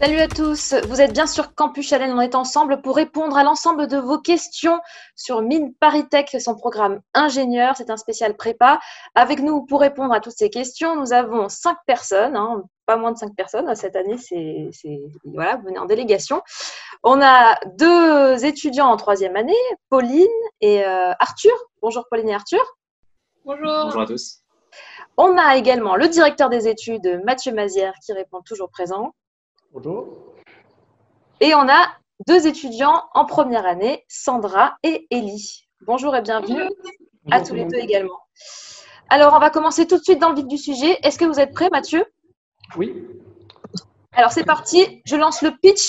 Salut à tous, vous êtes bien sur Campus Challenge, on est ensemble pour répondre à l'ensemble de vos questions sur Mines ParisTech, son programme ingénieur, c'est un spécial prépa. Avec nous pour répondre à toutes ces questions, nous avons 5 personnes, pas moins de 5 personnes, cette année, voilà, vous venez en délégation. On a 2 étudiants en 3e année, Pauline et Arthur. Bonjour Pauline et Arthur. Bonjour. Bonjour à tous. On a également le directeur des études, Mathieu Mazière, qui répond toujours présent. Bonjour. Et on a 2 étudiants en première année, Sandra et Élie. Bonjour et bienvenue à tous les 2 également. Alors, on va commencer tout de suite dans le vif du sujet. Est-ce que vous êtes prêts, Mathieu? Oui. Alors, c'est parti. Je lance le pitch.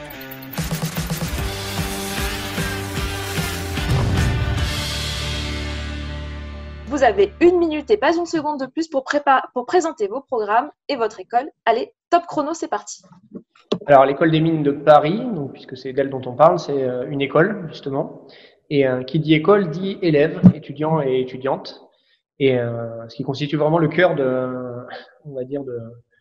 Vous avez 1 minute et pas une seconde de plus pour présenter vos programmes et votre école. Allez, top chrono, c'est parti. Alors, l'école des mines de Paris, donc, puisque c'est d'elle dont on parle, c'est une école, justement. Et qui dit école dit élèves, étudiants et étudiantes. Et ce qui constitue vraiment le cœur on va dire,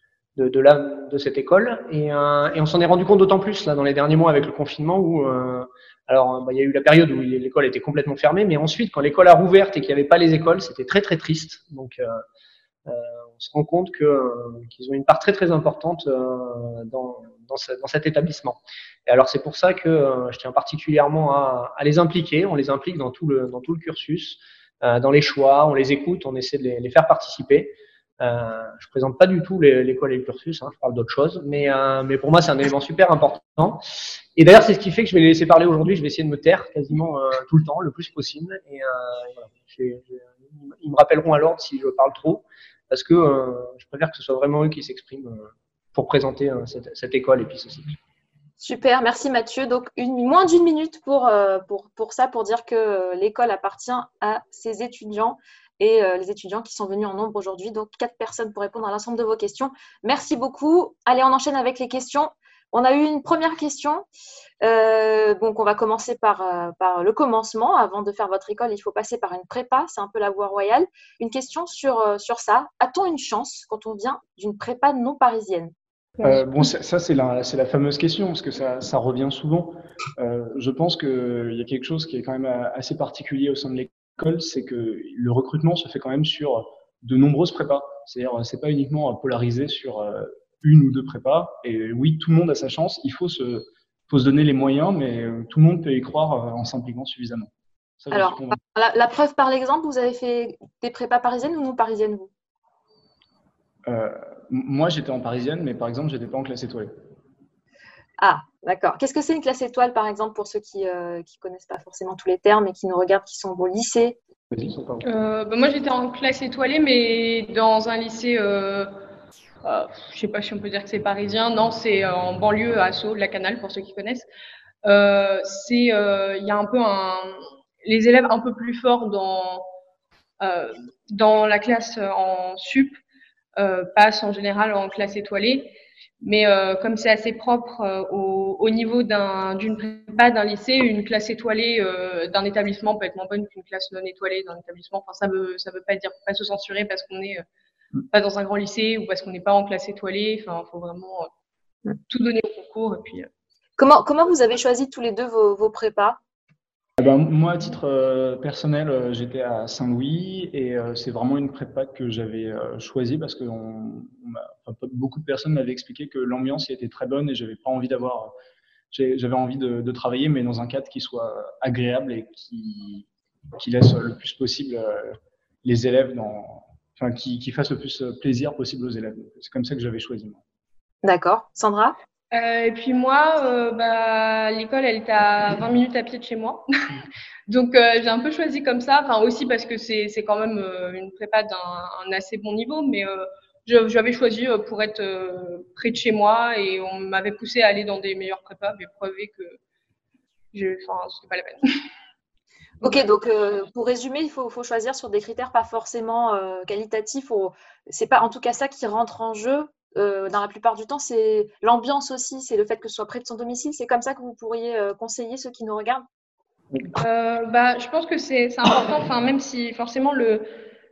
de cette école. Et on s'en est rendu compte d'autant plus là dans les derniers mois avec le confinement où il y a eu la période où l'école était complètement fermée, mais ensuite quand l'école a rouvert et qu'il n'y avait pas les écoles, c'était très très triste. Donc on se rend compte qu'ils ont une part très très importante dans cet établissement. Et alors c'est pour ça que je tiens particulièrement à les impliquer. On les implique dans tout le cursus, dans les choix, on les écoute, on essaie de les faire participer. Je présente pas du tout l'école et le cursus, je parle d'autre chose, mais pour moi c'est un élément super important. Et d'ailleurs c'est ce qui fait que je vais les laisser parler aujourd'hui. Je vais essayer de me taire quasiment tout le temps, le plus possible. Et voilà, ils me rappelleront à l'ordre si je parle trop, parce que je préfère que ce soit vraiment eux qui s'expriment pour présenter cette école et puis ce cycle. Super, merci Mathieu. Donc moins d'1 minute pour ça, pour dire que l'école appartient à ses étudiants et les étudiants qui sont venus en nombre aujourd'hui. Donc 4 personnes pour répondre à l'ensemble de vos questions. Merci beaucoup. Allez, on enchaîne avec les questions. On a eu une première question. Donc on va commencer par le commencement. Avant de faire votre école, il faut passer par une prépa. C'est un peu la voie royale. Une question sur ça. A-t-on une chance quand on vient d'une prépa non parisienne? Ça c'est la fameuse question, parce que ça revient souvent. Je pense qu'il y a quelque chose qui est quand même assez particulier au sein de l'école, c'est que le recrutement se fait quand même sur de nombreuses prépas. C'est-à-dire, c'est pas uniquement polarisé sur une ou 2 prépas. Et oui, tout le monde a sa chance. Il faut se donner les moyens, mais tout le monde peut y croire en s'impliquant suffisamment. Ça, alors, la preuve par l'exemple, vous avez fait des prépas parisiennes ou non parisiennes, vous? Moi, j'étais en parisienne, mais par exemple, j'étais pas en classe étoilée. Ah, d'accord. Qu'est-ce que c'est une classe étoile, par exemple, pour ceux qui connaissent pas forcément tous les termes et qui nous regardent, qui sont au lycée? Moi, j'étais en classe étoilée, mais dans un lycée, je sais pas si on peut dire que c'est parisien. Non, c'est en banlieue à Sceaux, la Canale, pour ceux qui connaissent. Il y a un peu les élèves un peu plus forts dans la classe en sup passent en général en classe étoilée. Mais comme c'est assez propre au niveau d'une prépa, d'un lycée, une classe étoilée d'un établissement peut être moins bonne qu'une classe non étoilée d'un établissement. Enfin, ça veut pas dire pas se censurer parce qu'on n'est pas dans un grand lycée ou parce qu'on n'est pas en classe étoilée. Enfin, faut vraiment tout donner au concours. Et puis, Comment vous avez choisi tous les 2 vos prépas? Moi, à titre personnel, j'étais à Saint-Louis et c'est vraiment une prépa que j'avais choisie parce que beaucoup de personnes m'avaient expliqué que l'ambiance y était très bonne et j'avais envie de travailler, mais dans un cadre qui soit agréable et qui laisse le plus possible les élèves qui fasse le plus plaisir possible aux élèves. C'est comme ça que j'avais choisi. Moi. D'accord. Sandra? Et puis moi, l'école, elle était à 20 minutes à pied de chez moi. Donc, j'ai un peu choisi comme ça. Enfin, aussi parce que c'est quand même une prépa d'un assez bon niveau. Mais j'avais choisi pour être près de chez moi. Et on m'avait poussé à aller dans des meilleures prépas, mais prouvé que c'était pas la peine. Ok, donc pour résumer, il faut choisir sur des critères pas forcément qualitatifs. C'est pas en tout cas ça qui rentre en jeu. Dans la plupart du temps, c'est l'ambiance aussi, c'est le fait que ce soit près de son domicile. C'est comme ça que vous pourriez conseiller ceux qui nous regardent? Je pense que c'est important. Enfin, même si forcément le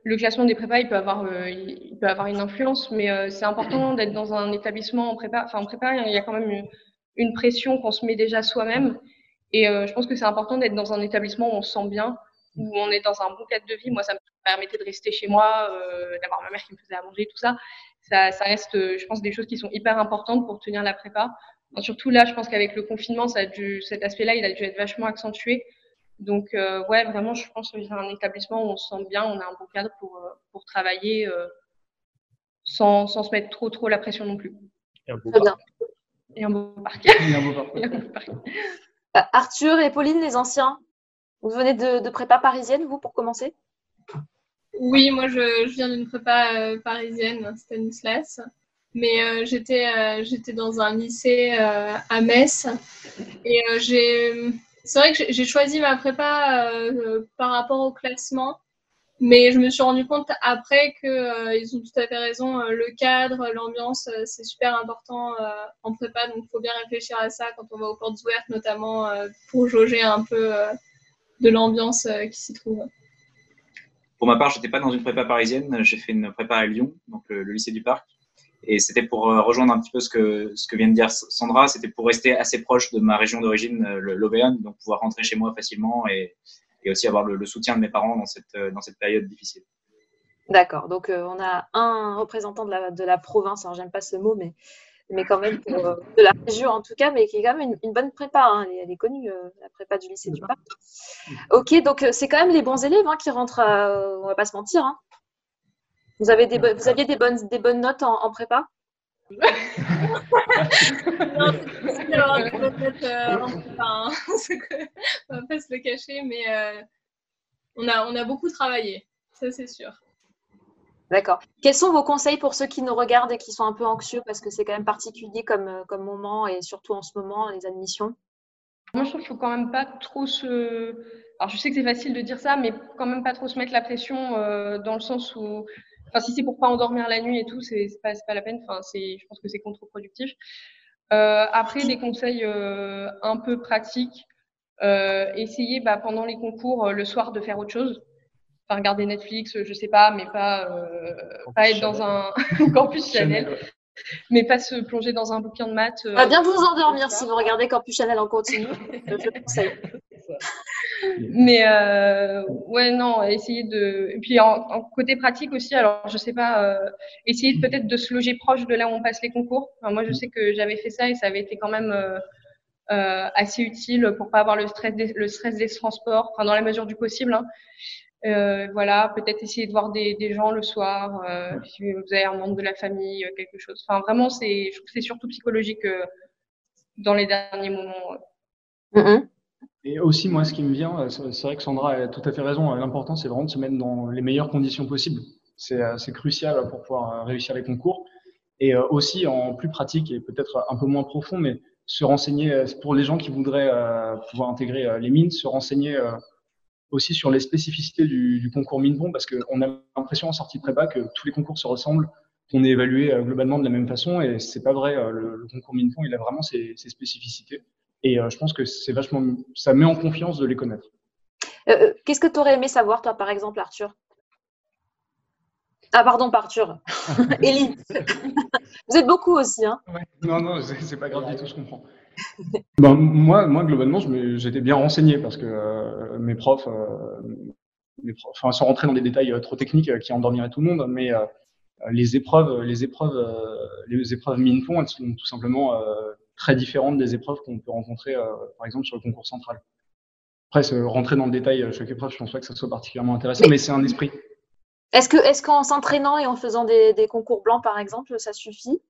le classement des prépas, il peut avoir une influence, mais c'est important d'être dans un établissement en prépa. Enfin, en prépa, il y a quand même une pression qu'on se met déjà soi-même. Et je pense que c'est important d'être dans un établissement où on se sent bien, où on est dans un bon cadre de vie. Moi, ça me permettait de rester chez moi, d'avoir ma mère qui me faisait à manger, tout ça. Ça reste, je pense, des choses qui sont hyper importantes pour tenir la prépa. Enfin, surtout là, je pense qu'avec le confinement, cet aspect-là, il a dû être vachement accentué. Donc, ouais, vraiment, je pense que c'est un établissement où on se sent bien, on a un bon cadre pour travailler sans se mettre trop la pression non plus. Et un beau Très bien. Et un beau parc. Il y a un beau parcours. Et un beau parc. Arthur et Pauline, les anciens, vous venez de prépa parisienne, vous, pour commencer? Oui, moi je viens d'une prépa parisienne, Stanislas, mais j'étais dans un lycée à Metz et c'est vrai que j'ai choisi ma prépa par rapport au classement, mais je me suis rendu compte après que ils ont tout à fait raison, le cadre, l'ambiance, c'est super important en prépa, donc il faut bien réfléchir à ça quand on va aux portes ouvertes, notamment pour jauger un peu de l'ambiance qui s'y trouve. Pour ma part, j'étais pas dans une prépa parisienne, j'ai fait une prépa à Lyon, donc le lycée du Parc. Et c'était pour rejoindre un petit peu ce que vient de dire Sandra, c'était pour rester assez proche de ma région d'origine, l'Auvergne, donc pouvoir rentrer chez moi facilement et aussi avoir le soutien de mes parents dans cette période difficile. D'accord, donc on a un représentant de la province, alors j'aime pas ce mot, mais quand même de la région en tout cas, mais qui est quand même une bonne prépa, hein. Elle est connue, la prépa du lycée du Parc. Ok, donc c'est quand même les bons élèves qui rentrent, on va pas se mentir. Hein. Vous aviez des bonnes notes en prépa? Non, c'est difficile d'avoir des bonnes notes en prépa, hein. On va pas se le cacher, mais on a beaucoup travaillé, ça c'est sûr. D'accord. Quels sont vos conseils pour ceux qui nous regardent et qui sont un peu anxieux parce que c'est quand même particulier comme moment et surtout en ce moment, les admissions? Moi, je trouve qu'il faut quand même pas trop Alors, je sais que c'est facile de dire ça, mais quand même pas trop se mettre la pression dans le sens où, enfin, si c'est pour pas endormir la nuit et tout, c'est pas la peine. Enfin, je pense que c'est contre-productif. Après, des conseils un peu pratiques. Essayer pendant les concours le soir de faire autre chose. Enfin, regarder Netflix, je sais pas, mais pas être dans un Campus Chanel. Mais pas se plonger dans un bouquin de maths. On va bien vous endormir si vous regardez Campus Chanel en continu. Je conseille. Mais ouais, non, essayer de. Et puis en côté pratique aussi, alors je sais pas, essayer peut-être de se loger proche de là où on passe les concours. Enfin, moi, je sais que j'avais fait ça et ça avait été quand même assez utile pour pas avoir le stress des transports, enfin dans la mesure du possible. Hein. Voilà, peut-être essayer de voir des gens le soir, si vous avez un membre de la famille, quelque chose. Enfin, vraiment, je trouve que c'est surtout psychologique dans les derniers moments. Et aussi, moi, ce qui me vient, c'est vrai que Sandra a tout à fait raison. L'important, c'est vraiment de se mettre dans les meilleures conditions possibles. C'est crucial pour pouvoir réussir les concours. Et aussi, en plus pratique et peut-être un peu moins profond, mais se renseigner pour les gens qui voudraient pouvoir intégrer les mines, se renseigner aussi sur les spécificités du concours mine-pont, parce qu'on a l'impression en sortie de prépa que tous les concours se ressemblent, qu'on est évalué globalement de la même façon, et c'est pas vrai. Le concours mine-pont, il a vraiment ses spécificités. Et je pense que ça met en confiance de les connaître. Qu'est-ce que tu aurais aimé savoir, toi, par exemple, Arthur? Ah, pardon, pas Arthur. Élie. Vous êtes beaucoup aussi, hein? Ouais. Non, c'est pas grave du tout, je comprends. Moi, globalement, j'étais bien renseigné parce que mes profs, sans rentrer dans des détails trop techniques qui endormiraient tout le monde, mais les épreuves mine-fond, elles sont tout simplement très différentes des épreuves qu'on peut rencontrer, par exemple, sur le concours central. Après, rentrer dans le détail chaque épreuve, je pense pas que ça soit particulièrement intéressant, mais c'est un esprit. Est-ce qu'en s'entraînant et en faisant des concours blancs, par exemple, ça suffit?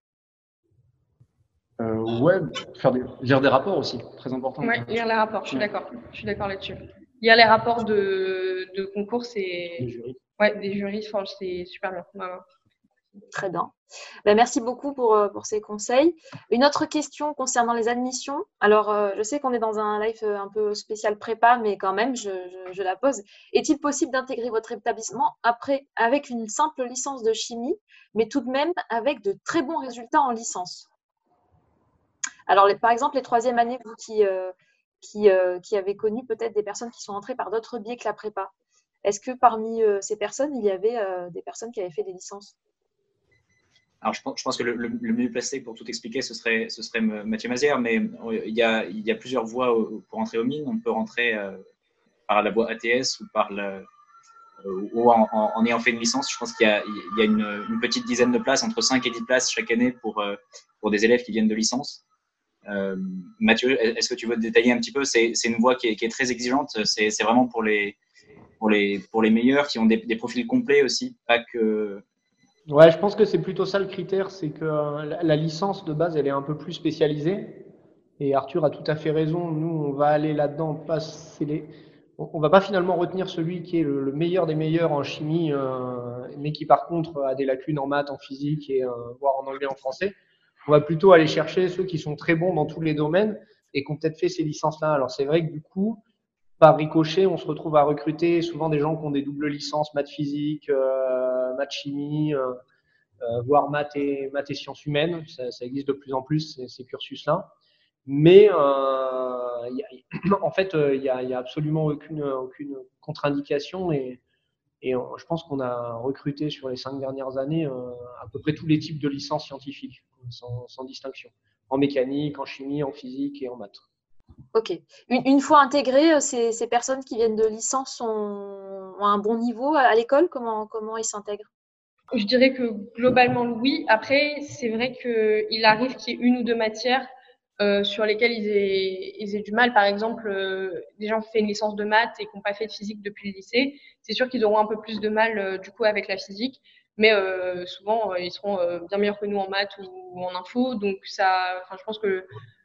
Ouais, lire des rapports aussi, très important. Ouais, lire les rapports, je suis d'accord là-dessus. Lire les rapports de concours, des jurys, c'est super bien. Ouais. Très bien. Merci beaucoup pour ces conseils. Une autre question concernant les admissions. Alors, je sais qu'on est dans un live un peu spécial prépa, mais quand même, je la pose. Est-il possible d'intégrer votre établissement après avec une simple licence de chimie, mais tout de même avec de très bons résultats en licence? Alors, par exemple, les troisième années, vous qui avez connu peut-être des personnes qui sont entrées par d'autres biais que la prépa, Est-ce que parmi ces personnes, il y avait des personnes qui avaient fait des licences? Alors, je pense que le mieux placé pour tout expliquer, ce serait Mathieu Mazière, mais il y a plusieurs voies pour entrer aux mines. On peut rentrer par la voie ATS ou en ayant fait une licence. Je pense qu'il y a une petite dizaine de places, entre 5 et 10 places chaque année pour des élèves qui viennent de licence. Mathieu, est-ce que tu veux détailler un petit peu? C'est une voie qui est très exigeante. C'est vraiment pour les meilleurs qui ont des profils complets aussi, pas que. Ouais, je pense que c'est plutôt ça le critère, c'est que la licence de base, elle est un peu plus spécialisée. Et Arthur a tout à fait raison. Nous, on va aller là-dedans, on va pas finalement retenir celui qui est le meilleur des meilleurs en chimie, mais qui par contre a des lacunes en maths, en physique et voire en anglais, en français. On va plutôt aller chercher ceux qui sont très bons dans tous les domaines et qui ont peut-être fait ces licences-là. Alors c'est vrai que du coup, par ricochet, on se retrouve à recruter souvent des gens qui ont des doubles licences, maths physique, maths chimie, voire maths et sciences humaines. Ça existe de plus en plus, ces cursus-là. Mais en fait, il y a absolument aucune contre-indication et je pense qu'on a recruté sur les 5 dernières années à peu près tous les types de licences scientifiques, sans distinction, en mécanique, en chimie, en physique et en maths. Ok. Une fois intégrées, ces personnes qui viennent de licence ont un bon niveau à l'école? Comment ils s'intègrent? Je dirais que globalement, oui. Après, c'est vrai qu'il arrive qu'il y ait une ou deux matières sur lesquelles ils aient du mal. Par exemple, des gens qui ont fait une licence de maths et qui n'ont pas fait de physique depuis le lycée, c'est sûr qu'ils auront un peu plus de mal du coup avec la physique. Mais souvent, ils seront bien meilleurs que nous en maths ou en info. Donc, je pense que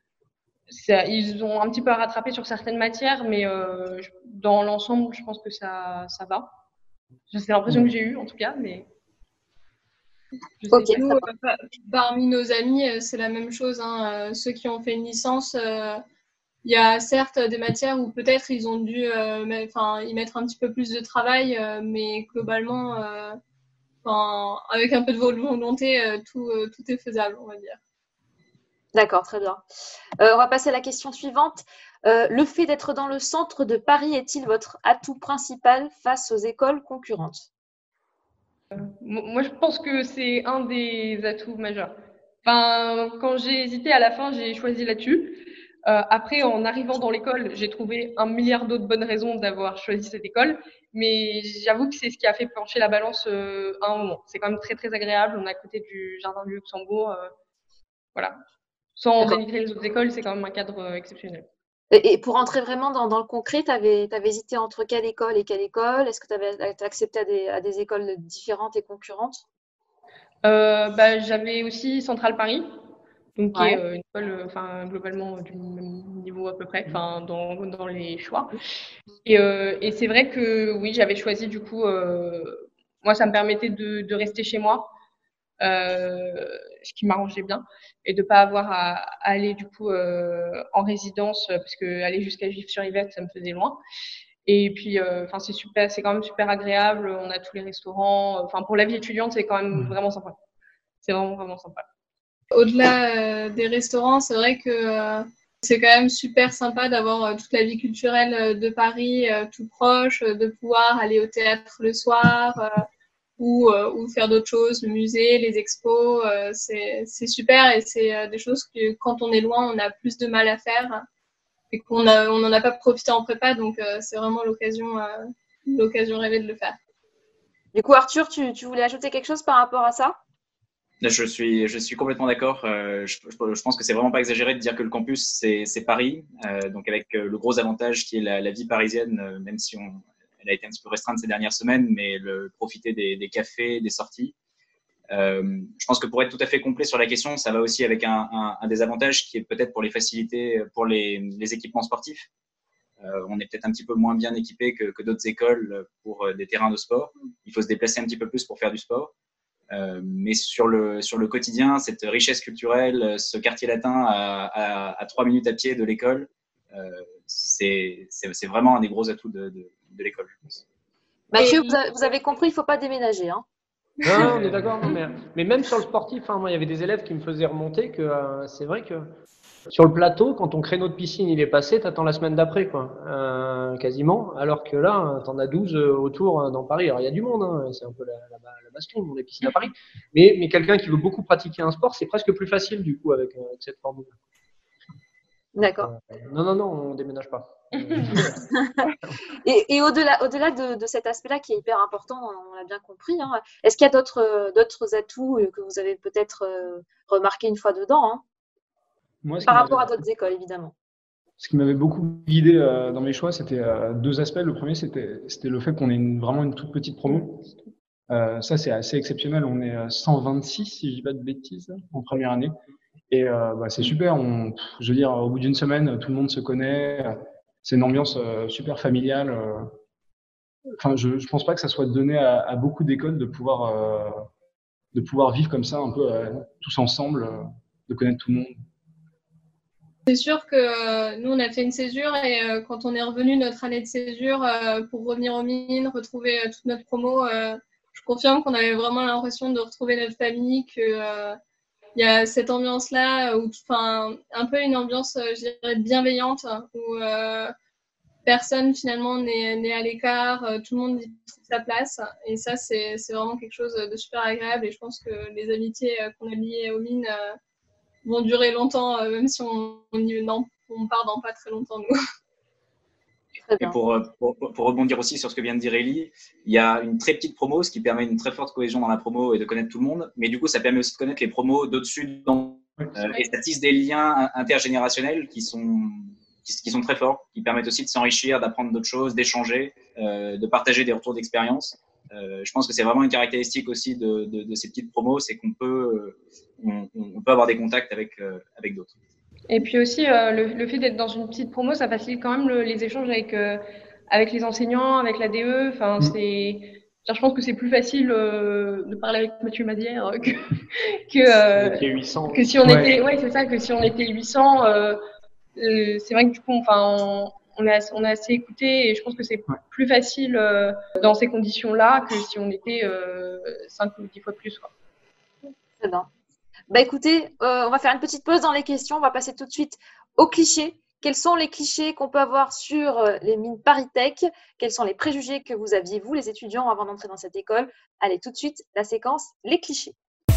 ils ont un petit peu à rattraper sur certaines matières, mais dans l'ensemble, je pense que ça va. C'est l'impression que j'ai eue, en tout cas, mais je sais Ok. Nous, parmi nos amis, c'est la même chose. Hein. Ceux qui ont fait une licence, il y a certes des matières où peut-être ils ont dû y mettre un petit peu plus de travail, mais globalement, avec un peu de volonté, tout est faisable, on va dire. D'accord, très bien. On va passer à la question suivante. Le fait d'être dans le centre de Paris est-il votre atout principal face aux écoles concurrentes? Moi, je pense que c'est un des atouts majeurs. Enfin, quand j'ai hésité, à la fin, j'ai choisi là-dessus. Après, en arrivant dans l'école, j'ai trouvé un milliard d'autres bonnes raisons d'avoir choisi cette école. Mais j'avoue que c'est ce qui a fait pencher la balance à un moment. C'est quand même très, très agréable. On est à côté du Jardin du Luxembourg. Voilà. Sans dénigrer les autres écoles, c'est quand même un cadre exceptionnel. Et pour entrer vraiment dans le concret, tu avais hésité entre quelle école et quelle école? Est-ce que tu avais accepté à des écoles différentes et concurrentes? J'avais aussi Centrale Paris, donc qui est une école globalement du même niveau à peu près, dans les choix. Et c'est vrai que oui, j'avais choisi du coup, moi ça me permettait de rester chez moi, ce qui m'arrangeait bien, et de pas avoir à aller du coup en résidence, parce que aller jusqu'à Gif-sur-Yvette, ça me faisait loin. Et puis, c'est super, c'est quand même super agréable. On a tous les restaurants. Pour la vie étudiante, c'est quand même vraiment sympa. C'est vraiment, vraiment sympa. Au-delà des restaurants, c'est vrai que c'est quand même super sympa d'avoir toute la vie culturelle de Paris tout proche, de pouvoir aller au théâtre le soir ou faire d'autres choses, le musée, les expos. C'est super et c'est des choses que quand on est loin, on a plus de mal à faire et on n'en a pas profité en prépa. Donc, c'est vraiment l'occasion rêvée de le faire. Du coup, Arthur, tu voulais ajouter quelque chose par rapport à ça? Je suis complètement d'accord. Je pense que c'est vraiment pas exagéré de dire que le campus, c'est Paris. Donc, avec le gros avantage qui est la vie parisienne, même si elle a été un petit peu restreinte ces dernières semaines, mais profiter des cafés, des sorties. Je pense que pour être tout à fait complet sur la question, ça va aussi avec un des avantages qui est peut-être pour les facilités, pour les équipements sportifs. On est peut-être un petit peu moins bien équipé que d'autres écoles pour des terrains de sport. Il faut se déplacer un petit peu plus pour faire du sport. Mais sur le quotidien, cette richesse culturelle, ce quartier latin à 3 minutes à pied de l'école, c'est vraiment un des gros atouts de l'école, je pense. Mathieu, vous avez compris, il ne faut pas déménager. Hein. Non, on est d'accord. Mais même sur le sportif, moi, il y avait des élèves qui me faisaient remonter que c'est vrai que Sur le plateau, quand ton créneau de piscine il est passé, t'attends la semaine d'après, quoi, quasiment. Alors que là, t'en as 12 autour dans Paris. Alors il y a du monde, hein, c'est un peu la baston dans les piscines à Paris. Mais quelqu'un qui veut beaucoup pratiquer un sport, c'est presque plus facile du coup avec cette formule. D'accord. Non, on déménage pas. Et au-delà de cet aspect-là qui est hyper important, on l'a bien compris, hein, est-ce qu'il y a d'autres atouts que vous avez peut-être remarqué une fois dedans, hein, Moi, par rapport à d'autres écoles, évidemment? Ce qui m'avait beaucoup guidé dans mes choix, c'était deux aspects. Le premier, c'était le fait qu'on ait vraiment une toute petite promo. Ça, c'est assez exceptionnel. On est 126, si je dis pas de bêtises, en première année. Et c'est super. Je veux dire, au bout d'une semaine, tout le monde se connaît. C'est une ambiance super familiale. Enfin, je pense pas que ça soit donné à beaucoup d'écoles de pouvoir vivre comme ça, un peu tous ensemble, de connaître tout le monde. C'est sûr que nous, on a fait une césure et quand on est revenu notre année de césure pour revenir aux mines, retrouver toute notre promo, je confirme qu'on avait vraiment l'impression de retrouver notre famille, que il y a cette ambiance-là, un peu une ambiance, je dirais, bienveillante, où personne finalement n'est à l'écart, tout le monde y trouve sa place. Et ça, c'est vraiment quelque chose de super agréable. Et je pense que les amitiés qu'on a liées aux mines vont durer longtemps, même si on part dans pas très longtemps, nous. Et pour rebondir aussi sur ce que vient de dire Ellie, il y a une très petite promo, ce qui permet une très forte cohésion dans la promo et de connaître tout le monde. Mais du coup, ça permet aussi de connaître les promos d'au-dessus. Et ça tisse des liens intergénérationnels qui sont très forts, qui permettent aussi de s'enrichir, d'apprendre d'autres choses, d'échanger, de partager des retours d'expérience. Je pense que c'est vraiment une caractéristique aussi de ces petites promos, c'est qu'on peut avoir des contacts avec d'autres. Et puis aussi, le fait d'être dans une petite promo, ça facilite quand même les échanges avec les enseignants, avec la DE. Enfin, je pense que c'est plus facile de parler avec Mathieu Madière que si on était, c'est ça, que si on était 800. C'est vrai que du coup, on est assez écouté et je pense que c'est plus facile dans ces conditions-là que si on était 5 ou 10 fois plus, quoi. Très bien. Bah écoutez, on va faire une petite pause dans les questions. On va passer tout de suite aux clichés. Quels sont les clichés qu'on peut avoir sur les mines ParisTech? Quels sont les préjugés que vous aviez, vous, les étudiants, avant d'entrer dans cette école? Allez, tout de suite, la séquence, les clichés.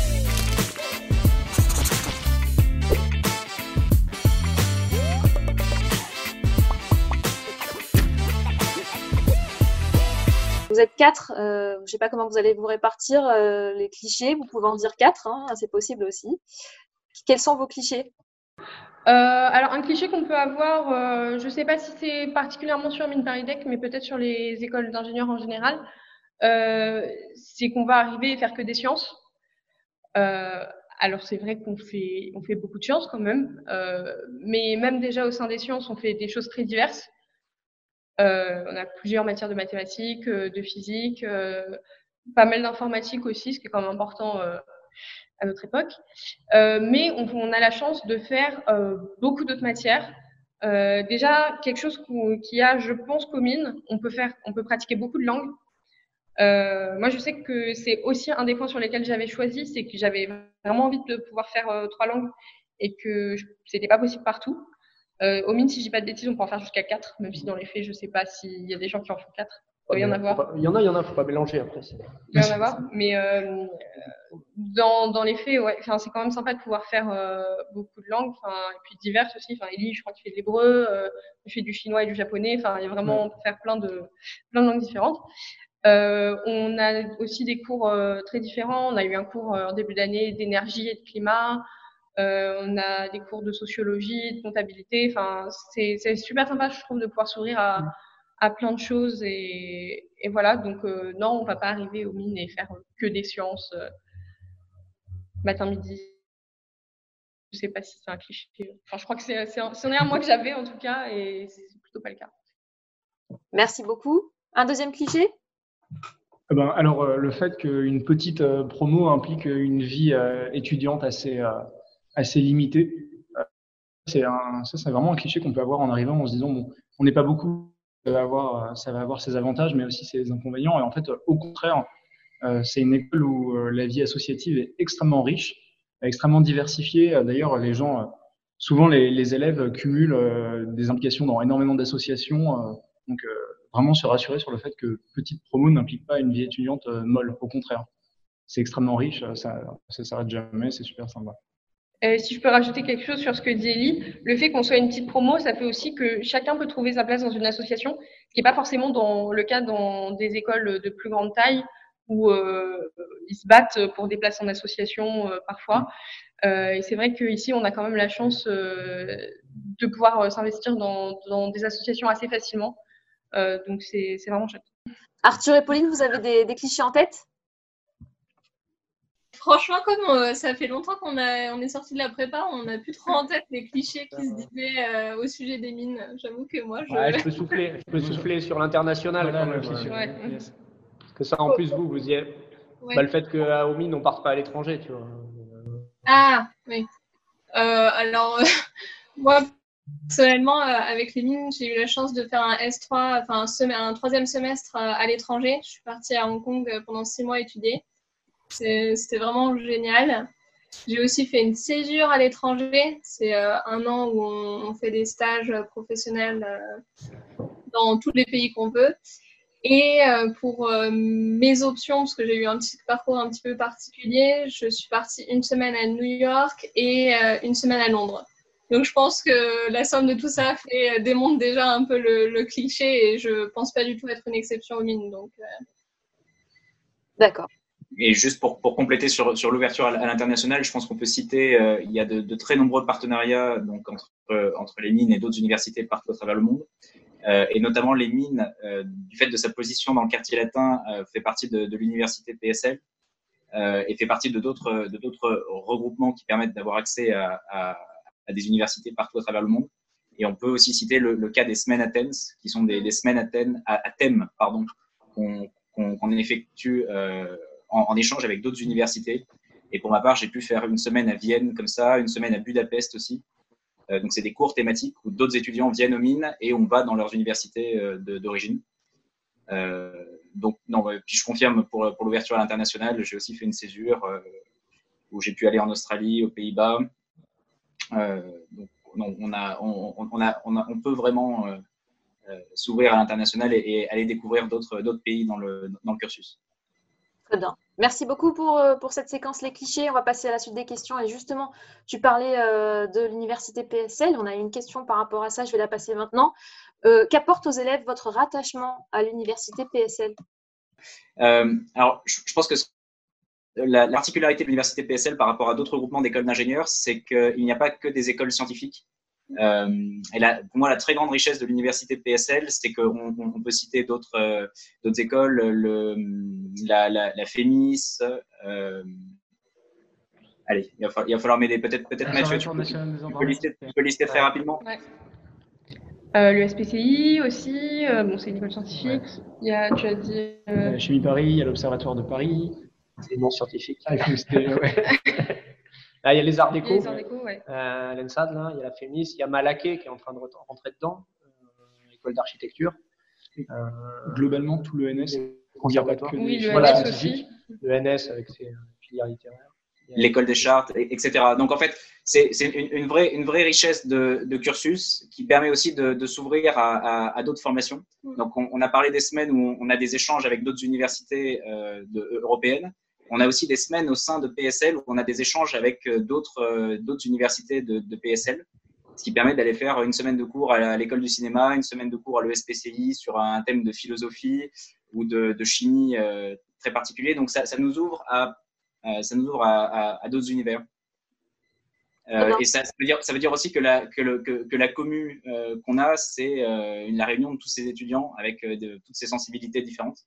Vous êtes 4, je ne sais pas comment vous allez vous répartir les clichés. Vous pouvez en dire 4, hein, c'est possible aussi. Quels sont vos clichés? Alors, un cliché qu'on peut avoir, je ne sais pas si c'est particulièrement sur Mines ParisTech, mais peut-être sur les écoles d'ingénieurs en général, c'est qu'on va arriver et faire que des sciences. Alors, c'est vrai qu'on fait beaucoup de sciences quand même, mais même déjà au sein des sciences, on fait des choses très diverses. On a plusieurs matières de mathématiques, de physique, pas mal d'informatique aussi, ce qui est quand même important à notre époque. Mais on a la chance de faire beaucoup d'autres matières. Déjà, quelque chose qui a, je pense, qu'aux mines, on peut pratiquer beaucoup de langues. Moi, je sais que c'est aussi un des points sur lesquels j'avais choisi, c'est que j'avais vraiment envie de pouvoir faire 3 langues et que c'était pas possible partout. Aux mines, si je dis pas de bêtises, on peut en faire jusqu'à 4, même si dans les faits, je sais pas s'il y a des gens qui en font 4. Il doit y en avoir. Il y en a, faut pas mélanger après. Il doit y en avoir, mais dans les faits, ouais, c'est quand même sympa de pouvoir faire beaucoup de langues, et puis diverses aussi. Ellie, je crois qu'il fait de l'hébreu, il fait du chinois et du japonais. Il y a vraiment, on peut faire plein de langues différentes. On a aussi des cours très différents. On a eu un cours en début d'année d'énergie et de climat. On a des cours de sociologie, de comptabilité. C'est super sympa, je trouve, de pouvoir s'ouvrir à plein de choses. Et voilà, donc non, on va pas arriver aux mines et faire que des sciences matin, midi. Je sais pas si c'est un cliché. Je crois que c'en est un moi que j'avais en tout cas, et c'est plutôt pas le cas. Merci beaucoup. Un deuxième cliché? Alors, le fait qu'une petite promo implique une vie étudiante assez limitée, c'est vraiment un cliché qu'on peut avoir en arrivant en se disant, bon, on n'est pas beaucoup, ça va avoir ses avantages, mais aussi ses inconvénients. Et en fait, au contraire, c'est une école où la vie associative est extrêmement riche, extrêmement diversifiée. D'ailleurs, les gens souvent les élèves cumulent des implications dans énormément d'associations. Donc, vraiment se rassurer sur le fait que petite promo n'implique pas une vie étudiante molle. Au contraire, c'est extrêmement riche, ça s'arrête jamais, c'est super sympa. Si je peux rajouter quelque chose sur ce que dit Ellie, le fait qu'on soit une petite promo, ça fait aussi que chacun peut trouver sa place dans une association, ce qui n'est pas forcément le cas dans des écoles de plus grande taille où ils se battent pour des places en association parfois. Et c'est vrai qu'ici, on a quand même la chance de pouvoir s'investir dans des associations assez facilement. Donc, c'est vraiment chouette. Arthur et Pauline, vous avez des clichés en tête? Franchement, comme ça fait longtemps qu'on est sorti de la prépa, on n'a plus trop en tête les clichés qui se disaient au sujet des mines. J'avoue que moi, je peux souffler sur l'international quand même. Parce que ça, en plus, vous y êtes. Ouais. Bah, le fait qu'aux mines, on ne parte pas à l'étranger, tu vois. Ah, oui. Alors, moi, personnellement, avec les mines, j'ai eu la chance de faire un S3, enfin un troisième semestre à l'étranger. Je suis partie à Hong Kong pendant 6 mois étudier. C'était vraiment génial. J'ai aussi fait une césure à l'étranger. C'est 1 an où on fait des stages professionnels dans tous les pays qu'on veut. Et pour mes options, parce que j'ai eu un petit parcours un petit peu particulier, je suis partie 1 semaine à New York et 1 semaine à Londres. Donc je pense que la somme de tout ça démontre déjà un peu le cliché et je pense pas du tout être une exception aux mines. Donc, D'accord. Et juste pour compléter sur l'ouverture à l'international, je pense qu'on peut citer, il y a de très nombreux partenariats donc entre les mines et d'autres universités partout à travers le monde. Et notamment les mines, du fait de sa position dans le quartier latin, fait partie de l'université PSL et fait partie de d'autres regroupements qui permettent d'avoir accès à des universités partout à travers le monde. Et on peut aussi citer le cas des semaines Athens, qui sont des semaines à thème, pardon, qu'on effectue en échange avec d'autres universités. Et pour ma part, j'ai pu faire 1 semaine à Vienne comme ça, 1 semaine à Budapest aussi. Donc, c'est des cours thématiques où d'autres étudiants viennent aux mines et on va dans leurs universités d'origine. Donc, non, puis je confirme pour l'ouverture à l'international, j'ai aussi fait une césure où j'ai pu aller en Australie, aux Pays-Bas. Donc, non, on peut vraiment s'ouvrir à l'international et aller découvrir d'autres pays dans le cursus. Très bien. Merci beaucoup pour cette séquence Les clichés. On va passer à la suite des questions. Et justement, tu parlais de l'université PSL. On a une question par rapport à ça. Je vais la passer maintenant. Qu'apporte aux élèves votre rattachement à l'université PSL? Alors, je pense que la particularité de l'université PSL par rapport à d'autres groupements d'écoles d'ingénieurs, c'est qu'il n'y a pas que des écoles scientifiques. Et pour moi, la très grande richesse de l'université PSL, c'est qu'on peut citer d'autres écoles, la FEMIS. Allez, il va falloir m'aider. Peut-être Mathieu, tu peux lister très rapidement. Ouais. Le SPCI aussi, bon, c'est une école scientifique. Ouais. Tu as dit. La Chimie Paris, il y a l'Observatoire de Paris. C'est non scientifique. Ah, il faut citer, ouais. Là, il y a les Arts Déco, ouais. l'ENSAD, là, il y a la FEMIS, il y a Malaquais qui est en train de rentrer dedans, l'école d'architecture. Globalement, tout l'ENS. Conservatoire. Oui, l'ENS aussi. L'ENS avec ses filières littéraires. L'école des chartes, etc. Donc en fait, c'est une vraie richesse de cursus qui permet aussi de s'ouvrir à d'autres formations. Donc on a parlé des semaines où on a des échanges avec d'autres universités européennes. On a aussi des semaines au sein de PSL où on a des échanges avec d'autres universités de PSL, ce qui permet d'aller faire 1 semaine de cours à l'école du cinéma, 1 semaine de cours à l'ESPCI sur un thème de philosophie ou de chimie très particulier. Donc ça nous ouvre à d'autres univers. Et ça veut dire aussi que la commu qu'on a, c'est la réunion de tous ces étudiants avec toutes ces sensibilités différentes.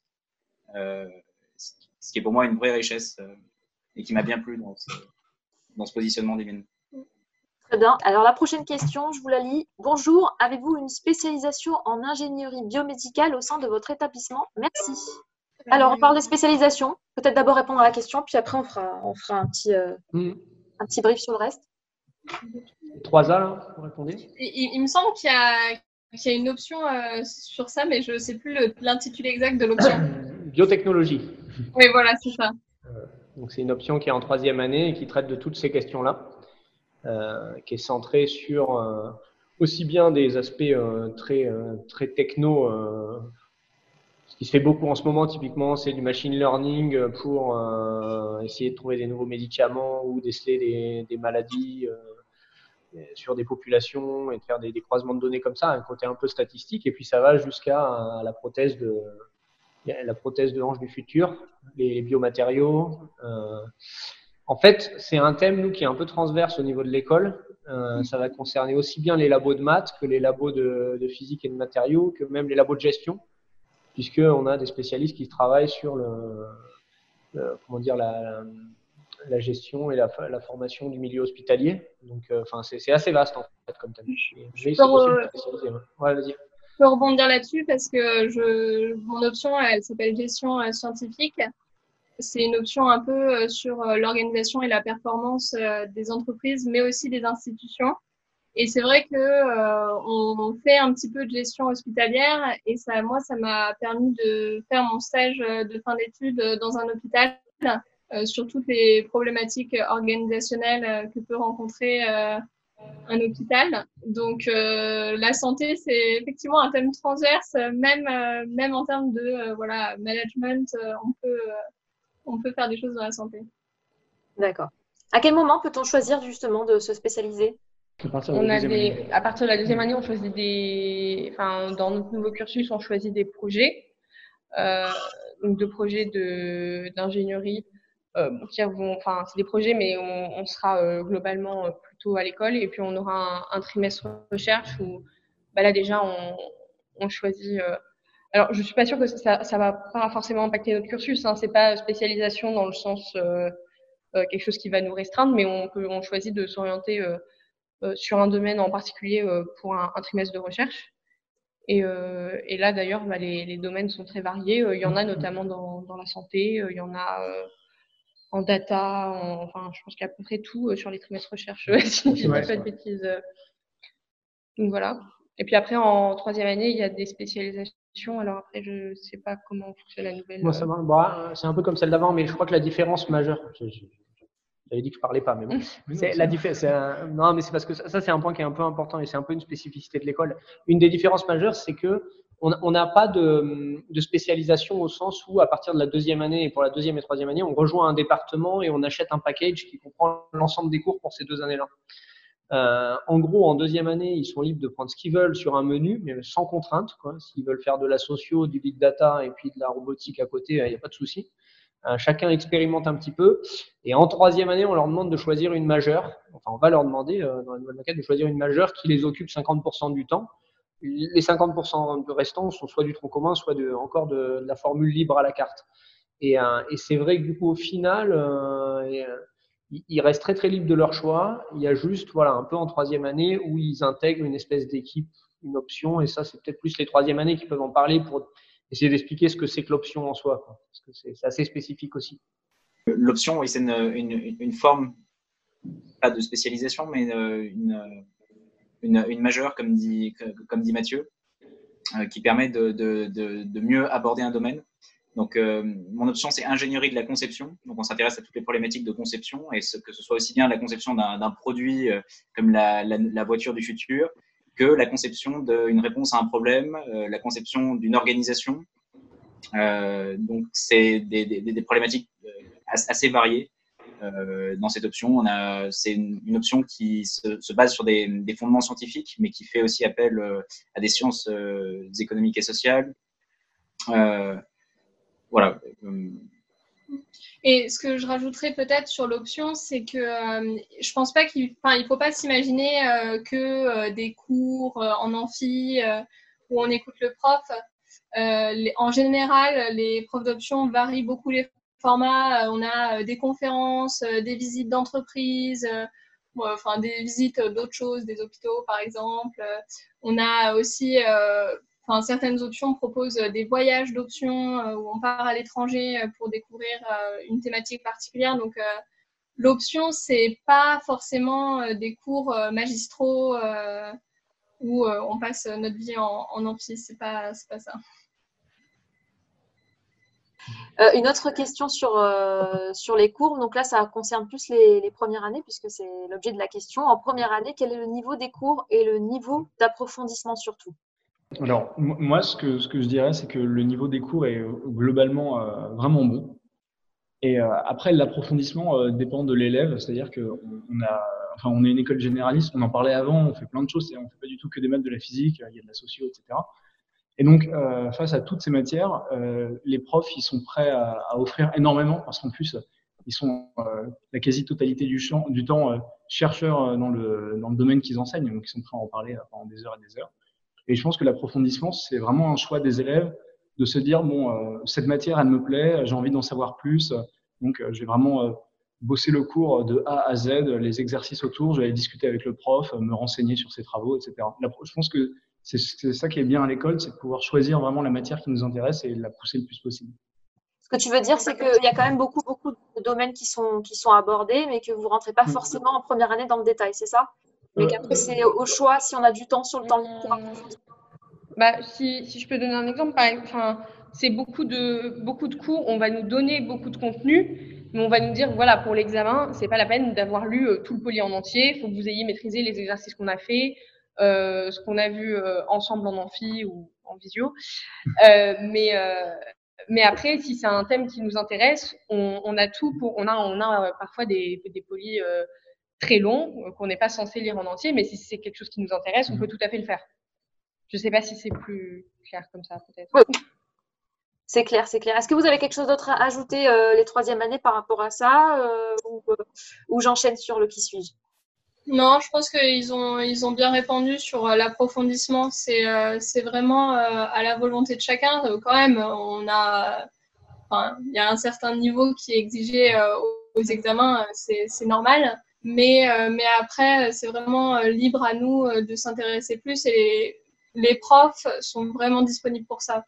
Ce qui est pour moi une vraie richesse et qui m'a bien plu dans ce positionnement des mines. Très bien. Alors, la prochaine question, je vous la lis. Bonjour, avez-vous une spécialisation en ingénierie biomédicale au sein de votre établissement? Merci. Alors, on parle des spécialisations. Peut-être d'abord répondre à la question, puis après, on fera un petit brief sur le reste. 3A, là, pour répondre. Il me semble qu'il y a une option sur ça, mais je ne sais plus l'intitulé exact de l'option. Biotechnologie. Oui, voilà, c'est ça. Donc, c'est une option qui est en 3e année et qui traite de toutes ces questions-là. qui est centré sur aussi bien des aspects très techno. Ce qui se fait beaucoup en ce moment, typiquement, c'est du machine learning pour essayer de trouver des nouveaux médicaments ou déceler des maladies sur des populations et de faire des croisements de données comme ça, un côté un peu statistique. Et puis ça va jusqu'à la prothèse de hanche du futur, les biomatériaux. En fait, c'est un thème, nous, qui est un peu transverse au niveau de l'école. Ça va concerner aussi bien les labos de maths que les labos de physique et de matériaux, que même les labos de gestion, puisqu'on a des spécialistes qui travaillent sur comment dire, la gestion et la formation du milieu hospitalier. Donc, c'est assez vaste, en fait, comme thème. Mais c'est possible de spécialiser. Ouais, vas-y. Je peux rebondir là-dessus parce que mon option, elle s'appelle gestion scientifique. C'est une option un peu sur l'organisation et la performance des entreprises, mais aussi des institutions. Et c'est vrai que on fait un petit peu de gestion hospitalière et moi, ça m'a permis de faire mon stage de fin d'études dans un hôpital sur toutes les problématiques organisationnelles que peut rencontrer un hôpital. Donc, la santé, c'est effectivement un thème transverse, même en termes de voilà, management, on peut faire des choses dans la santé. D'accord. À quel moment peut-on choisir justement de se spécialiser? À partir de la deuxième année, on choisit dans notre nouveau cursus, on choisit des projets, donc de projets d'ingénierie. C'est des projets, mais on sera globalement plutôt à l'école, et puis on aura un trimestre recherche où là déjà on choisit. Alors je suis pas sûre que ça va pas forcément impacter notre cursus, hein, c'est pas spécialisation dans le sens quelque chose qui va nous restreindre, mais on choisit de s'orienter sur un domaine en particulier pour un trimestre de recherche. Et là, d'ailleurs, les domaines sont très variés. Il y en a notamment dans la santé, il y en a en data, je pense qu'il y a à peu près tout sur les trimestres recherche, si je dis pas de bêtises. Donc voilà. Et puis après, en troisième année, il y a des spécialisations. Alors après, je sais pas comment fonctionne la nouvelle. Moi, ça va. C'est un peu comme celle d'avant, mais je crois que la différence majeure, j'avais dit que je parlais pas, mais bon. Non, mais c'est parce que ça, c'est un point qui est un peu important et c'est un peu une spécificité de l'école. Une des différences majeures, c'est que on n'a pas de spécialisation au sens où, à partir de la deuxième année et pour la deuxième et troisième année, on rejoint un département et on achète un package qui comprend l'ensemble des cours pour ces 2 années-là. En gros, en deuxième année, ils sont libres de prendre ce qu'ils veulent sur un menu, mais sans contrainte, quoi. S'ils veulent faire de la socio, du big data et puis de la robotique à côté, il n'y a pas de souci. Chacun expérimente un petit peu. Et en troisième année, on leur demande de choisir une majeure. Enfin, on va leur demander dans la nouvelle maquette de choisir une majeure qui les occupe 50% du temps. Les 50% restants sont soit du tronc commun, soit encore de la formule libre à la carte. Et c'est vrai que du coup, au final, ils restent très très libres de leur choix. Il y a juste, voilà, un peu en troisième année où ils intègrent une espèce d'équipe, une option. Et ça, c'est peut-être plus les troisième années qui peuvent en parler pour essayer d'expliquer ce que c'est que l'option en soi, quoi. Parce que c'est assez spécifique aussi. L'option, oui, c'est une forme, pas de spécialisation, mais une majeure, comme dit Mathieu, qui permet de mieux aborder un domaine. Donc, mon option, c'est ingénierie de la conception. Donc, on s'intéresse à toutes les problématiques de conception, et que ce soit aussi bien la conception d'un produit comme la voiture du futur, que la conception d'une réponse à un problème, la conception d'une organisation. Donc, c'est des problématiques assez variées. Dans cette option, c'est une option qui se base sur des fondements scientifiques, mais qui fait aussi appel à des sciences économiques et sociales. Voilà. Et ce que je rajouterais peut-être sur l'option, c'est que je pense pas il faut pas s'imaginer que des cours en amphi où on écoute le prof. En général, les profs d'option varient beaucoup les formats. On a des conférences, des visites d'entreprise, des visites d'autres choses, des hôpitaux par exemple. On a aussi certaines options proposent des voyages d'options où on part à l'étranger pour découvrir une thématique particulière. Donc, l'option, c'est pas forcément des cours magistraux où on passe notre vie en amphi. C'est pas ça. Une autre question sur les cours. Donc là, ça concerne plus les premières années, puisque c'est l'objet de la question. En première année, quel est le niveau des cours et le niveau d'approfondissement surtout? Alors, moi, ce que je dirais, c'est que le niveau des cours est globalement vraiment bon. Et après, l'approfondissement dépend de l'élève, c'est-à-dire on est une école généraliste, on en parlait avant, on fait plein de choses, on fait pas du tout que des maths, de la physique, il y a de la socio, etc. Et donc, face à toutes ces matières, les profs, ils sont prêts à offrir énormément, parce qu'en plus, ils sont la quasi-totalité du temps chercheurs dans le domaine qu'ils enseignent, donc ils sont prêts à en parler pendant des heures et des heures. Et je pense que l'approfondissement, c'est vraiment un choix des élèves de se dire, bon, cette matière, elle me plaît, j'ai envie d'en savoir plus, donc je vais vraiment bosser le cours de A à Z, les exercices autour, je vais aller discuter avec le prof, me renseigner sur ses travaux, etc. Je pense que c'est ça qui est bien à l'école, c'est de pouvoir choisir vraiment la matière qui nous intéresse et la pousser le plus possible. Ce que tu veux dire, c'est qu'il y a quand même beaucoup de domaines qui sont abordés, mais que vous ne rentrez pas forcément en première année dans le détail, c'est ça? Mais qu'après, c'est au choix si on a du temps sur le temps libre pour approfondir. Si je peux donner un exemple, c'est beaucoup de cours, on va nous donner beaucoup de contenu, mais on va nous dire, voilà, pour l'examen, c'est pas la peine d'avoir lu tout le poly en entier, il faut que vous ayez maîtrisé les exercices qu'on a fait, ce qu'on a vu ensemble en amphi ou en visio. Mais après, si c'est un thème qui nous intéresse, on a tout on a parfois des polys très longs qu'on n'est pas censé lire en entier, mais si c'est quelque chose qui nous intéresse, on peut tout à fait le faire. Je ne sais pas si c'est plus clair comme ça, peut-être. Oui. C'est clair, c'est clair. Est-ce que vous avez quelque chose d'autre à ajouter les troisième années par rapport à ça ou j'enchaîne sur le qui suis-je? Non, je pense qu'ils ont bien répondu sur l'approfondissement. C'est vraiment à la volonté de chacun. Quand même, il y a un certain niveau qui est exigé aux examens, c'est normal. Mais après, c'est vraiment libre à nous de s'intéresser plus et les profs sont vraiment disponibles pour ça.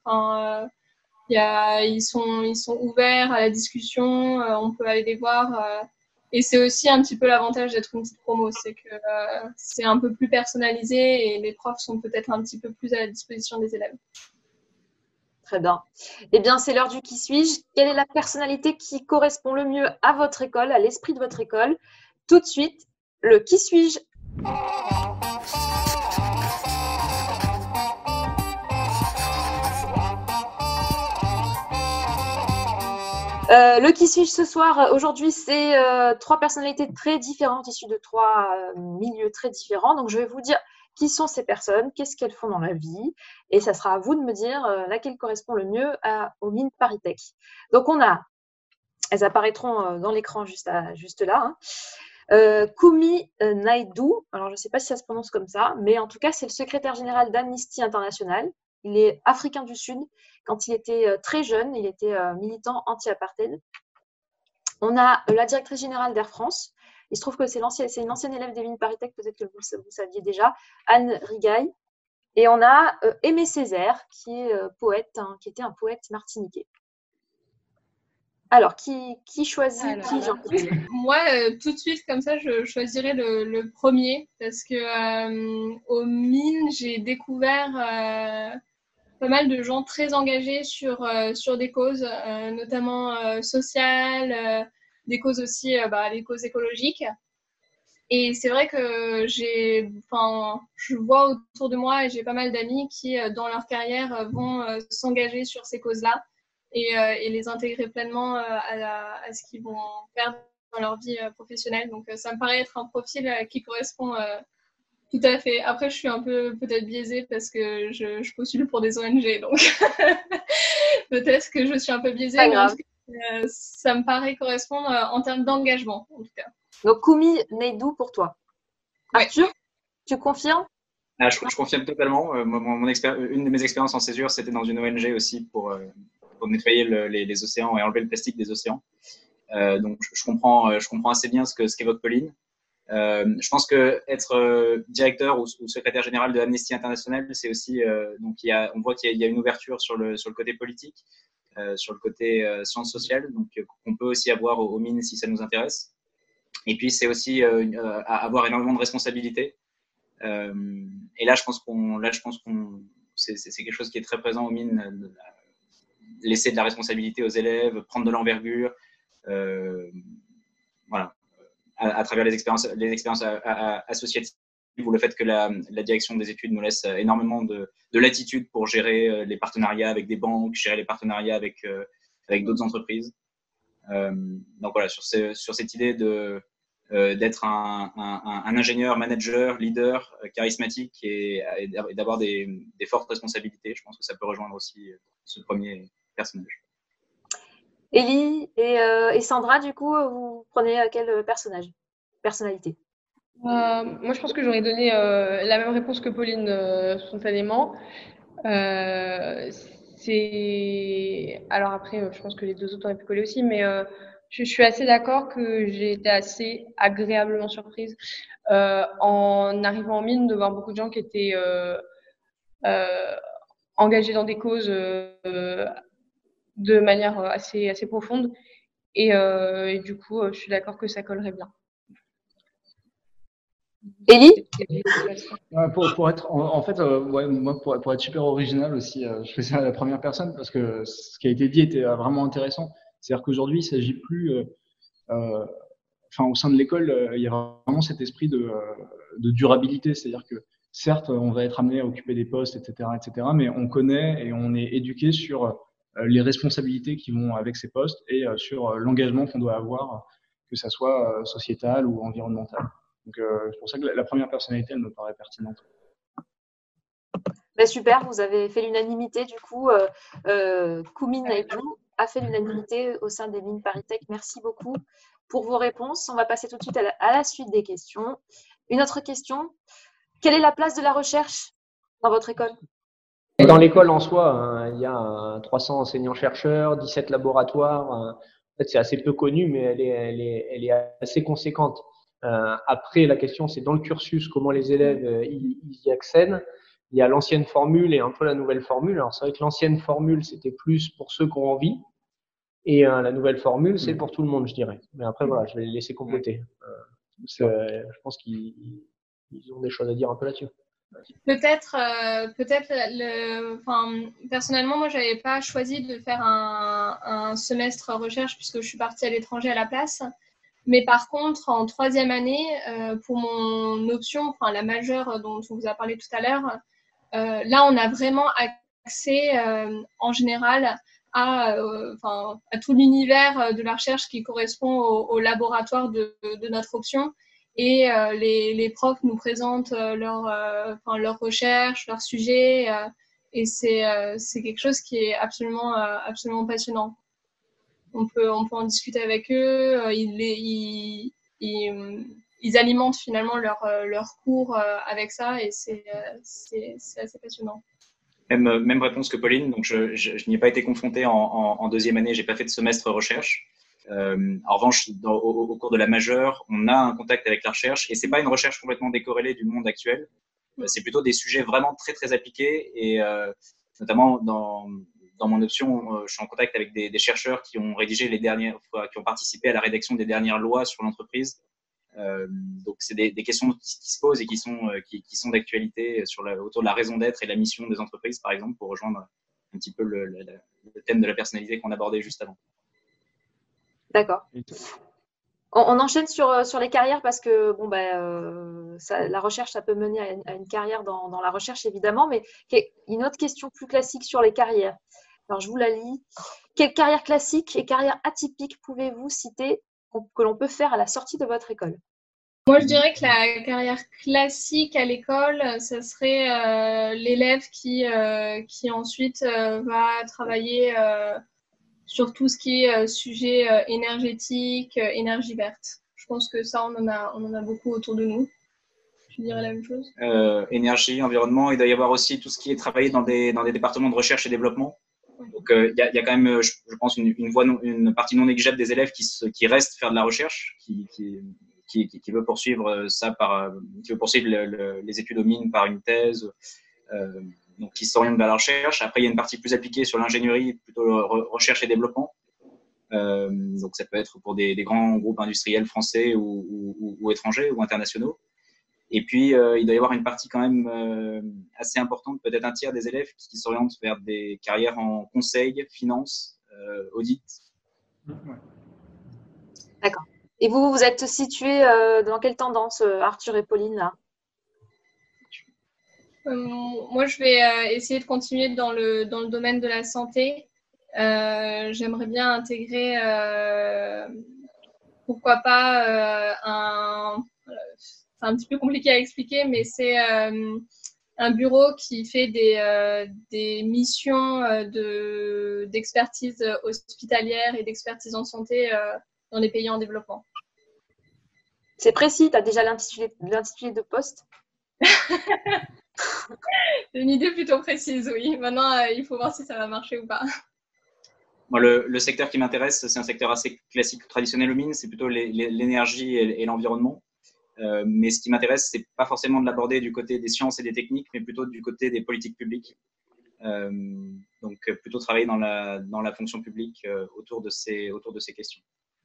Ils sont ouverts à la discussion, on peut aller les voir. Et c'est aussi un petit peu l'avantage d'être une petite promo, c'est que c'est un peu plus personnalisé et les profs sont peut-être un petit peu plus à la disposition des élèves. Très bien. Eh bien, c'est l'heure du qui suis-je. Quelle est la personnalité qui correspond le mieux à votre école, à l'esprit de votre école? Tout de suite, le qui suis-je. Le qui suis-je ce soir, aujourd'hui, c'est 3 personnalités très différentes, issues de 3 milieux très différents. Donc, je vais vous dire qui sont ces personnes, qu'est-ce qu'elles font dans la vie, et ça sera à vous de me dire laquelle correspond le mieux aux mines ParisTech. Donc, elles apparaîtront dans l'écran juste là. Kumi Naidoo, alors je ne sais pas si ça se prononce comme ça, mais en tout cas, c'est le secrétaire général d'Amnesty International. Il est africain du Sud. Quand il était très jeune, il était militant anti-apartheid. On a la directrice générale d'Air France. Il se trouve que c'est une ancienne élève des mines ParisTech, peut-être que vous saviez déjà, Anne Rigaille. Et on a Aimé Césaire, qui est poète, qui était un poète martiniquais. Alors, qui choisit qui, Jean-Claude? Moi, tout de suite, comme ça, je choisirais le premier, parce que aux mines, j'ai découvert pas mal de gens très engagés sur des causes, notamment sociales, des causes aussi, les causes écologiques. Et c'est vrai que je vois autour de moi et j'ai pas mal d'amis qui, dans leur carrière, vont s'engager sur ces causes-là et les intégrer pleinement à ce qu'ils vont faire dans leur vie professionnelle. Donc, ça me paraît être un profil qui correspond tout à fait. Après, je suis un peu peut-être biaisée parce que je postule pour des ONG, donc peut-être que je suis un peu biaisée, mais ça me paraît correspondre en termes d'engagement, en tout cas. Donc, Kumi Naidoo pour toi. Ouais. Arthur, tu confirmes? Je confirme totalement. Une de mes expériences en césure, c'était dans une ONG aussi pour nettoyer les océans et enlever le plastique des océans. Donc, je comprends assez bien ce qu'évoque Pauline. Je pense que être directeur ou secrétaire général de Amnesty International, c'est aussi on voit qu'il y a une ouverture sur le côté politique, sur le côté sciences sociales, donc qu'on peut aussi avoir aux mines si ça nous intéresse. Et puis c'est aussi avoir énormément de responsabilités. Et là, je pense qu'on c'est quelque chose qui est très présent aux mines laisser de la responsabilité aux élèves, prendre de l'envergure, voilà, à travers les expériences associatives ou le fait que la direction des études nous laisse énormément de latitude pour gérer les partenariats avec des banques, gérer les partenariats avec d'autres entreprises. Donc voilà, sur cette idée d'être un ingénieur, manager, leader charismatique et d'avoir des fortes responsabilités, je pense que ça peut rejoindre aussi ce premier personnage. Élie et Sandra, du coup, vous prenez quel personnalité? Moi, je pense que j'aurais donné la même réponse que Pauline spontanément. Alors après, je pense que les deux autres auraient pu coller aussi, mais je suis assez d'accord que j'ai été assez agréablement surprise en arrivant en mine de voir beaucoup de gens qui étaient engagés dans des causes de manière assez profonde. Et du coup, je suis d'accord que ça collerait bien. Élie? Pour être, en fait, ouais, moi, pour être super original aussi, je fais ça à la première personne parce que ce qui a été dit était vraiment intéressant. C'est-à-dire qu'aujourd'hui, il ne s'agit plus, enfin, au sein de l'école, il y a vraiment cet esprit de durabilité. C'est-à-dire que certes, on va être amené à occuper des postes, etc., mais on connaît et on est éduqué sur les responsabilités qui vont avec ces postes et sur l'engagement qu'on doit avoir, que ça soit sociétal ou environnemental. Donc, c'est pour ça que la première personnalité, elle me paraît pertinente. Ben super, vous avez fait l'unanimité du coup. Koumin Naïdou a fait l'unanimité au sein des mines ParisTech. Merci beaucoup pour vos réponses. On va passer tout de suite à la suite des questions. Une autre question. Quelle est la place de la recherche dans votre école? Dans l'école en soi, il y a 300 enseignants-chercheurs, 17 laboratoires. En fait, c'est assez peu connu, mais elle est assez conséquente. Après, la question, c'est dans le cursus, comment les élèves ils y accèdent. Il y a l'ancienne formule et un peu la nouvelle formule. Alors, c'est vrai que l'ancienne formule, c'était plus pour ceux qui ont envie. Et la nouvelle formule, c'est pour tout le monde, je dirais. Mais après, voilà, je vais les laisser compléter. Je pense qu'ils ont des choses à dire un peu là-dessus. Peut-être, personnellement, moi, j'avais pas choisi de faire un semestre recherche puisque je suis partie à l'étranger à la place. Mais par contre, en troisième année, pour mon option, enfin la majeure dont on vous a parlé tout à l'heure, là, on a vraiment accès en général à tout l'univers de la recherche qui correspond au laboratoire de notre option. Et les profs nous présentent leurs recherches, leurs sujets. Et c'est quelque chose qui est absolument passionnant. On peut en discuter avec eux. Ils alimentent finalement leur cours avec ça et c'est assez passionnant. Même réponse que Pauline. Donc, je n'y ai pas été confronté en deuxième année. J'ai pas fait de semestre recherche. En revanche, au cours de la majeure, on a un contact avec la recherche et c'est pas une recherche complètement décorrélée du monde actuel. C'est plutôt des sujets vraiment très très appliqués et notamment dans mon option, je suis en contact avec des chercheurs qui ont rédigé qui ont participé à la rédaction des dernières lois sur l'entreprise. Donc c'est des questions qui se posent et qui sont d'actualité autour de la raison d'être et la mission des entreprises, par exemple, pour rejoindre un petit peu le thème de la personnalité qu'on abordait juste avant. D'accord. On enchaîne sur les carrières parce que la recherche, ça peut mener à une carrière dans la recherche, évidemment, mais une autre question plus classique sur les carrières. Alors, je vous la lis. Quelle carrière classique et carrière atypique pouvez-vous citer que l'on peut faire à la sortie de votre école? Moi, je dirais que la carrière classique à l'école, ce serait l'élève qui ensuite va travailler sur tout ce qui est sujet énergétique, énergie verte. Je pense que ça, on en a beaucoup autour de nous. Tu dirais la même chose? Énergie, environnement, il doit y avoir aussi tout ce qui est travaillé dans des départements de recherche et développement. Donc, il y a quand même, je pense, une partie non négligeable des élèves qui restent faire de la recherche, qui veut poursuivre qui veut poursuivre les études aux mines par une thèse, donc qui s'oriente vers la recherche. Après, il y a une partie plus appliquée sur l'ingénierie, plutôt recherche et développement. Donc, ça peut être pour des grands groupes industriels français ou étrangers ou internationaux. Et puis, il doit y avoir une partie quand même assez importante, peut-être un tiers des élèves qui s'orientent vers des carrières en conseil, finance, audit. D'accord. Et vous êtes situés dans quelle tendance, Arthur et Pauline, là? Moi, je vais essayer de continuer dans le domaine de la santé. J'aimerais bien intégrer, pourquoi pas, c'est un petit peu compliqué à expliquer, mais c'est un bureau qui fait des missions d'expertise hospitalière et d'expertise en santé dans les pays en développement. C'est précis, tu as déjà l'intitulé de poste? C'est une idée plutôt précise, oui. Maintenant, il faut voir si ça va marcher ou pas. Moi, le secteur qui m'intéresse, c'est un secteur assez classique, traditionnel aux mines, c'est plutôt l'énergie et l'environnement. Mais ce qui m'intéresse, c'est pas forcément de l'aborder du côté des sciences et des techniques, mais plutôt du côté des politiques publiques. Donc, plutôt travailler dans la fonction publique autour de ces questions.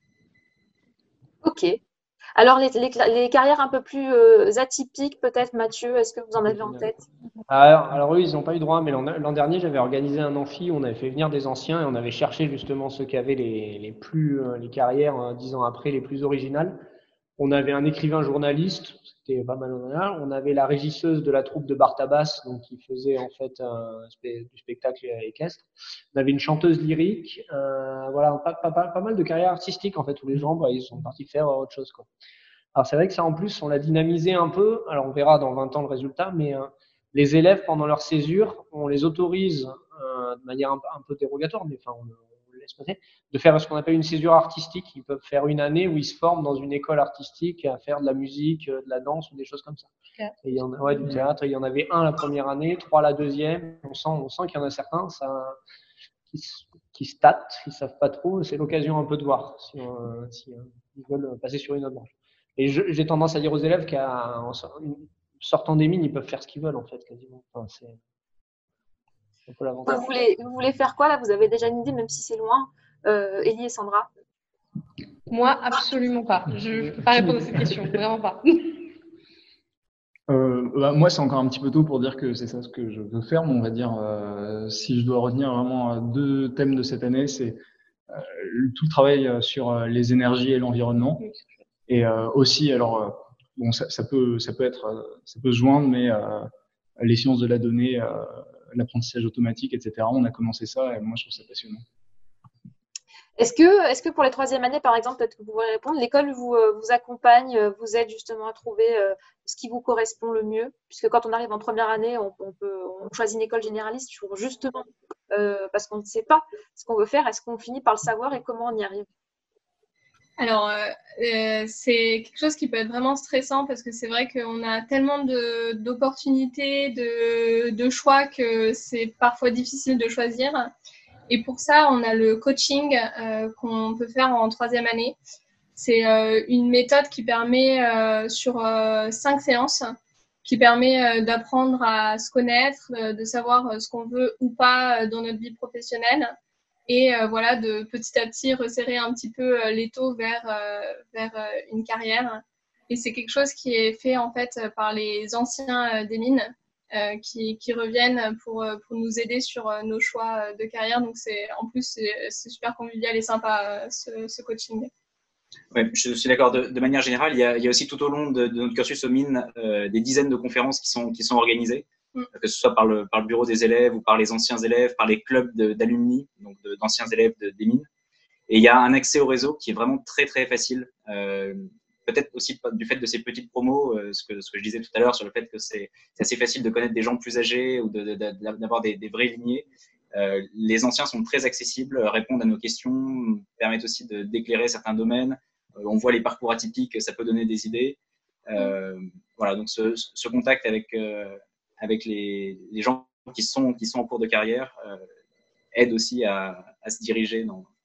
Ok. Alors, les carrières un peu plus atypiques, peut-être, Mathieu, est-ce que vous en avez en tête? Alors eux, ils n'ont pas eu droit, mais l'an dernier, j'avais organisé un amphi où on avait fait venir des anciens et on avait cherché justement ceux qui avaient les carrières 10 ans après les plus originales. On avait un écrivain journaliste, c'était pas mal. On avait la régisseuse de la troupe de Bartabas, donc qui faisait en fait du spectacle équestre. On avait une chanteuse lyrique. Voilà, pas mal de carrières artistiques en fait où les gens ils sont partis faire autre chose, quoi. Alors c'est vrai que ça en plus on l'a dynamisé un peu. Alors on verra dans 20 ans le résultat, mais les élèves pendant leur césure, on les autorise de manière un peu dérogatoire, mais enfin on laisse passer, de faire ce qu'on appelle une césure artistique. Ils peuvent faire une année où ils se forment dans une école artistique à faire de la musique, de la danse ou des choses comme ça. Et il y en a, du théâtre. Il y en avait un la première année, 3 la deuxième. On sent qu'il y en a certains qui se tâtent, qui savent pas trop. C'est l'occasion un peu de voir si ils veulent passer sur une autre branche. Et j'ai tendance à dire aux élèves qu'en sortant des mines, ils peuvent faire ce qu'ils veulent en fait quasiment. Enfin, c'est un peu l'avantage. Vous voulez faire quoi là? Vous avez déjà une idée, même si c'est loin, Élie et Sandra? Moi, absolument pas. Je ne peux pas répondre à cette question, vraiment pas. Moi, c'est encore un petit peu tôt pour dire que c'est ça ce que je veux faire, mais on va dire, si je dois retenir vraiment 2 thèmes de cette année, c'est tout le travail sur les énergies et l'environnement. Et aussi, alors, bon, ça peut se joindre, mais les sciences de la donnée, l'apprentissage automatique, etc. On a commencé ça et moi, je trouve ça passionnant. Est-ce que pour les 3e années, par exemple, peut-être que vous pourrez répondre, l'école vous accompagne, vous aide justement à trouver ce qui vous correspond le mieux? Puisque quand on arrive en première année, on choisit une école généraliste justement parce qu'on ne sait pas ce qu'on veut faire. Est-ce qu'on finit par le savoir et comment on y arrive? Alors, c'est quelque chose qui peut être vraiment stressant parce que c'est vrai qu'on a tellement d'opportunités, de choix que c'est parfois difficile de choisir. Et pour ça, on a le coaching qu'on peut faire en 3e année. C'est une méthode qui permet sur 5 séances, qui permet d'apprendre à se connaître, de savoir ce qu'on veut ou pas dans notre vie professionnelle. Et voilà, de petit à petit resserrer un petit peu l'étau vers une carrière. Et c'est quelque chose qui est fait en fait par les anciens des mines qui reviennent pour nous aider sur nos choix de carrière. Donc en plus c'est super convivial et sympa ce coaching. Ouais, je suis d'accord. De manière générale, il y a aussi tout au long de notre cursus aux mines des dizaines de conférences qui sont organisées. Que ce soit par le bureau des élèves ou par les anciens élèves, par les clubs d'alumni, donc d'anciens élèves des mines. Et il y a un accès au réseau qui est vraiment très, très facile. Peut-être aussi du fait de ces petites promos, ce que je disais tout à l'heure sur le fait que c'est assez facile de connaître des gens plus âgés ou d'avoir des vrais lignées. Les anciens sont très accessibles, répondent à nos questions, permettent aussi d'éclairer certains domaines. On voit les parcours atypiques, ça peut donner des idées. Voilà, donc ce contact avec les gens qui sont en cours de carrière aide aussi à se diriger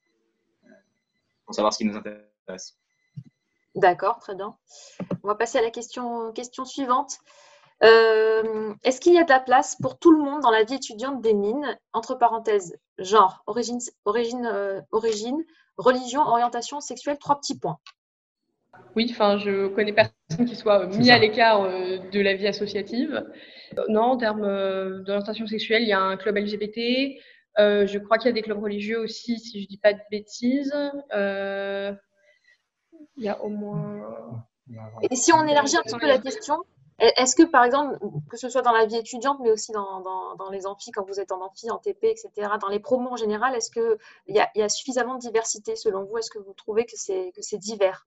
pour savoir ce qui nous intéresse. D'accord, très bien. On va passer à la question suivante. Est-ce qu'il y a de la place pour tout le monde dans la vie étudiante des mines, entre parenthèses, genre, origine, religion, orientation sexuelle, 3 petits points? Oui, enfin, je connais personne qui soit mis à l'écart de la vie associative. Non, en termes d'orientation sexuelle, il y a un club LGBT. Je crois qu'il y a des clubs religieux aussi, si je dis pas de bêtises. Il y a au moins. Et si on élargit un petit peu la question, est-ce que, par exemple, que ce soit dans la vie étudiante, mais aussi dans les amphis, quand vous êtes en amphi, en TP, etc., dans les promos en général, est-ce qu'il y a suffisamment de diversité selon vous? Est-ce que vous trouvez que c'est divers?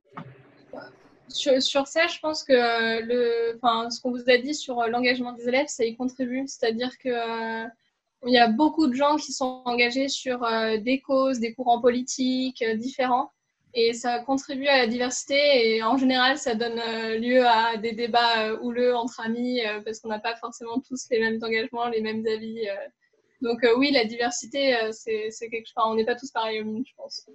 Sur ça, je pense que ce qu'on vous a dit sur l'engagement des élèves, ça y contribue. C'est-à-dire que il y a beaucoup de gens qui sont engagés sur des causes, des courants politiques différents. Et ça contribue à la diversité. Et en général, ça donne lieu à des débats houleux entre amis parce qu'on n'a pas forcément tous les mêmes engagements, les mêmes avis. Donc oui, la diversité, c'est quelque chose. Enfin, on n'est pas tous pareils au mine, je pense.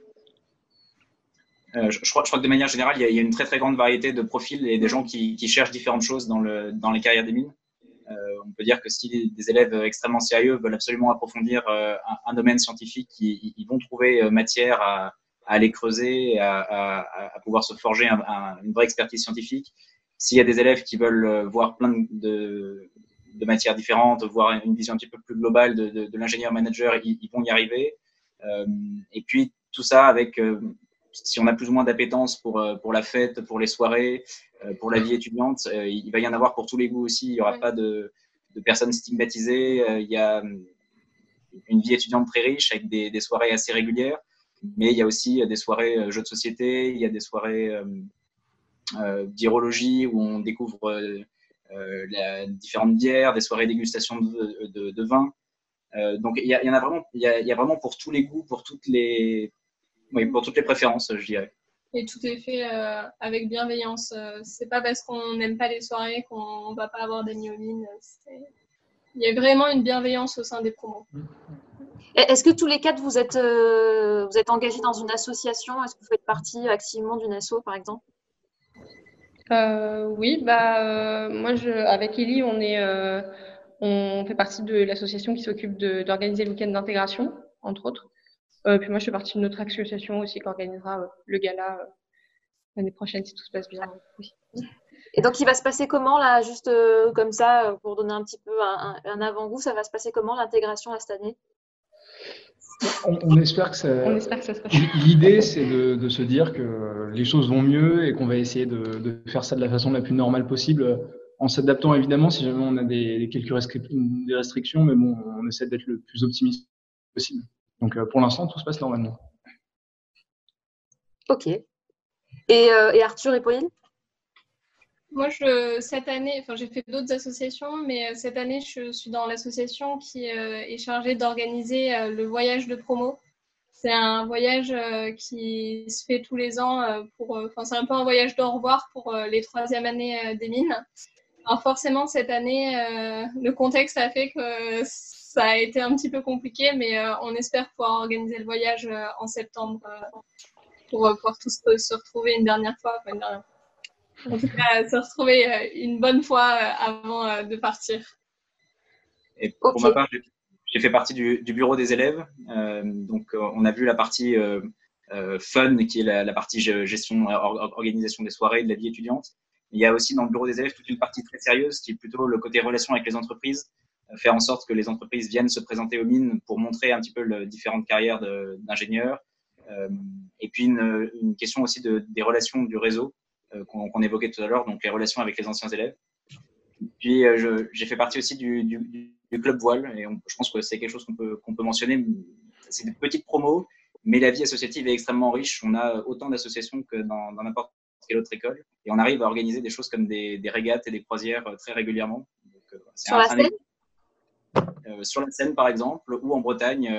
Je crois que de manière générale, il y a une très très grande variété de profils et des gens qui cherchent différentes choses dans les carrières des mines. On peut dire que si des élèves extrêmement sérieux veulent absolument approfondir un domaine scientifique, ils vont trouver matière à aller creuser, à pouvoir se forger une vraie expertise scientifique. S'il y a des élèves qui veulent voir plein de matières différentes, voir une vision un petit peu plus globale de l'ingénieur-manager, ils vont y arriver. Et puis tout ça avec si on a plus ou moins d'appétence pour la fête, pour les soirées, pour la vie étudiante, il va y en avoir pour tous les goûts aussi. Il n'y aura pas de personnes stigmatisées. Il y a une vie étudiante très riche avec des soirées assez régulières, mais il y a aussi des soirées jeux de société, il y a des soirées d'irologie où on découvre différentes bières, des soirées dégustation de vin. Donc il y en a vraiment, il y a vraiment pour tous les goûts, pour toutes les préférences, je dirais. Et tout est fait avec bienveillance. C'est pas parce qu'on n'aime pas les soirées qu'on va pas avoir d'amis aux mines. Il y a vraiment une bienveillance au sein des promos. Est-ce que tous les quatre, vous êtes engagés dans une association? Est-ce que vous faites partie activement d'une asso, par exemple? Oui, moi, avec Ellie, on fait partie de l'association qui s'occupe d'organiser le week-end d'intégration, entre autres. Puis moi, je fais partie d'une autre association aussi qui organisera le gala l'année prochaine, si tout se passe bien. Oui. Et donc, il va se passer comment, là, juste comme ça, pour donner un petit peu un avant-goût, ça va se passer comment, l'intégration à cette année? On espère que ça. On espère que ça se passe. L'idée, c'est de se dire que les choses vont mieux et qu'on va essayer de faire ça de la façon la plus normale possible, en s'adaptant évidemment si jamais on a quelques restrictions, mais bon, on essaie d'être le plus optimiste possible. Donc pour l'instant, tout se passe normalement. Ok. Et Arthur et Pauline? Moi, cette année, j'ai fait d'autres associations, mais cette année, je suis dans l'association qui est chargée d'organiser le voyage de promo. C'est un voyage qui se fait tous les ans c'est un peu un voyage d'au revoir pour les 3e années des mines. Alors forcément, cette année, le contexte a fait que ça a été un petit peu compliqué, mais on espère pouvoir organiser le voyage en septembre pour pouvoir tous se retrouver une dernière fois. En tout cas, se retrouver une bonne fois avant de partir. Et pour ma part, j'ai fait partie du bureau des élèves. Donc, on a vu la partie fun, qui est la partie gestion, organisation des soirées, de la vie étudiante. Il y a aussi dans le bureau des élèves toute une partie très sérieuse qui est plutôt le côté relation avec les entreprises, faire en sorte que les entreprises viennent se présenter aux mines pour montrer un petit peu les différentes carrières d'ingénieurs. Et puis une question aussi des relations du réseau qu'on évoquait tout à l'heure, donc les relations avec les anciens élèves. Puis j'ai fait partie aussi du club voile, et je pense que c'est quelque chose qu'on peut mentionner. C'est des petites promos, mais la vie associative est extrêmement riche. On a autant d'associations que dans n'importe quelle autre école, et on arrive à organiser des choses comme des régates et des croisières très régulièrement. Donc, sur la Seine sur la Seine, par exemple, ou en Bretagne,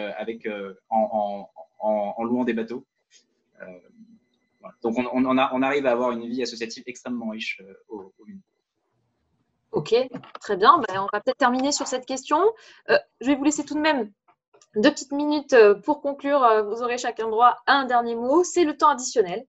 en louant des bateaux. Voilà. Donc on arrive à avoir une vie associative extrêmement riche au mines. Ok, très bien. On va peut-être terminer sur cette question. Je vais vous laisser tout de même 2 petites minutes pour conclure. Vous aurez chacun droit à un dernier mot. C'est le temps additionnel.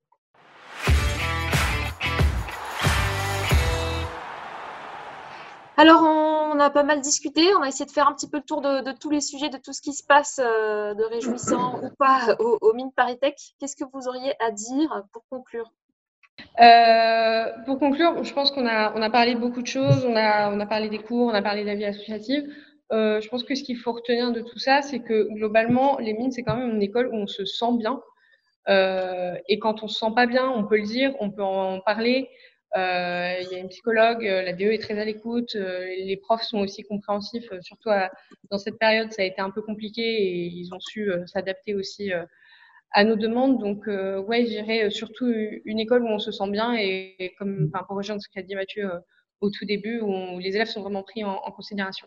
Alors, on a pas mal discuté. On a essayé de faire un petit peu le tour de tous les sujets, de tout ce qui se passe de réjouissant ou pas aux mines ParisTech. Qu'est-ce que vous auriez à dire pour conclure? Pour conclure, je pense qu'on a parlé de beaucoup de choses. On a parlé des cours, on a parlé de la vie associative. Je pense que ce qu'il faut retenir de tout ça, c'est que globalement, les mines, c'est quand même une école où on se sent bien. Et quand on se sent pas bien, on peut le dire, on peut en parler. Il y a une psychologue, la DE est très à l'écoute, les profs sont aussi compréhensifs, surtout dans cette période, ça a été un peu compliqué et ils ont su s'adapter aussi à nos demandes. Donc, ouais, je dirais surtout une école où on se sent bien et comme pour rejoindre ce qu'a dit Mathieu au tout début, où les élèves sont vraiment pris en considération.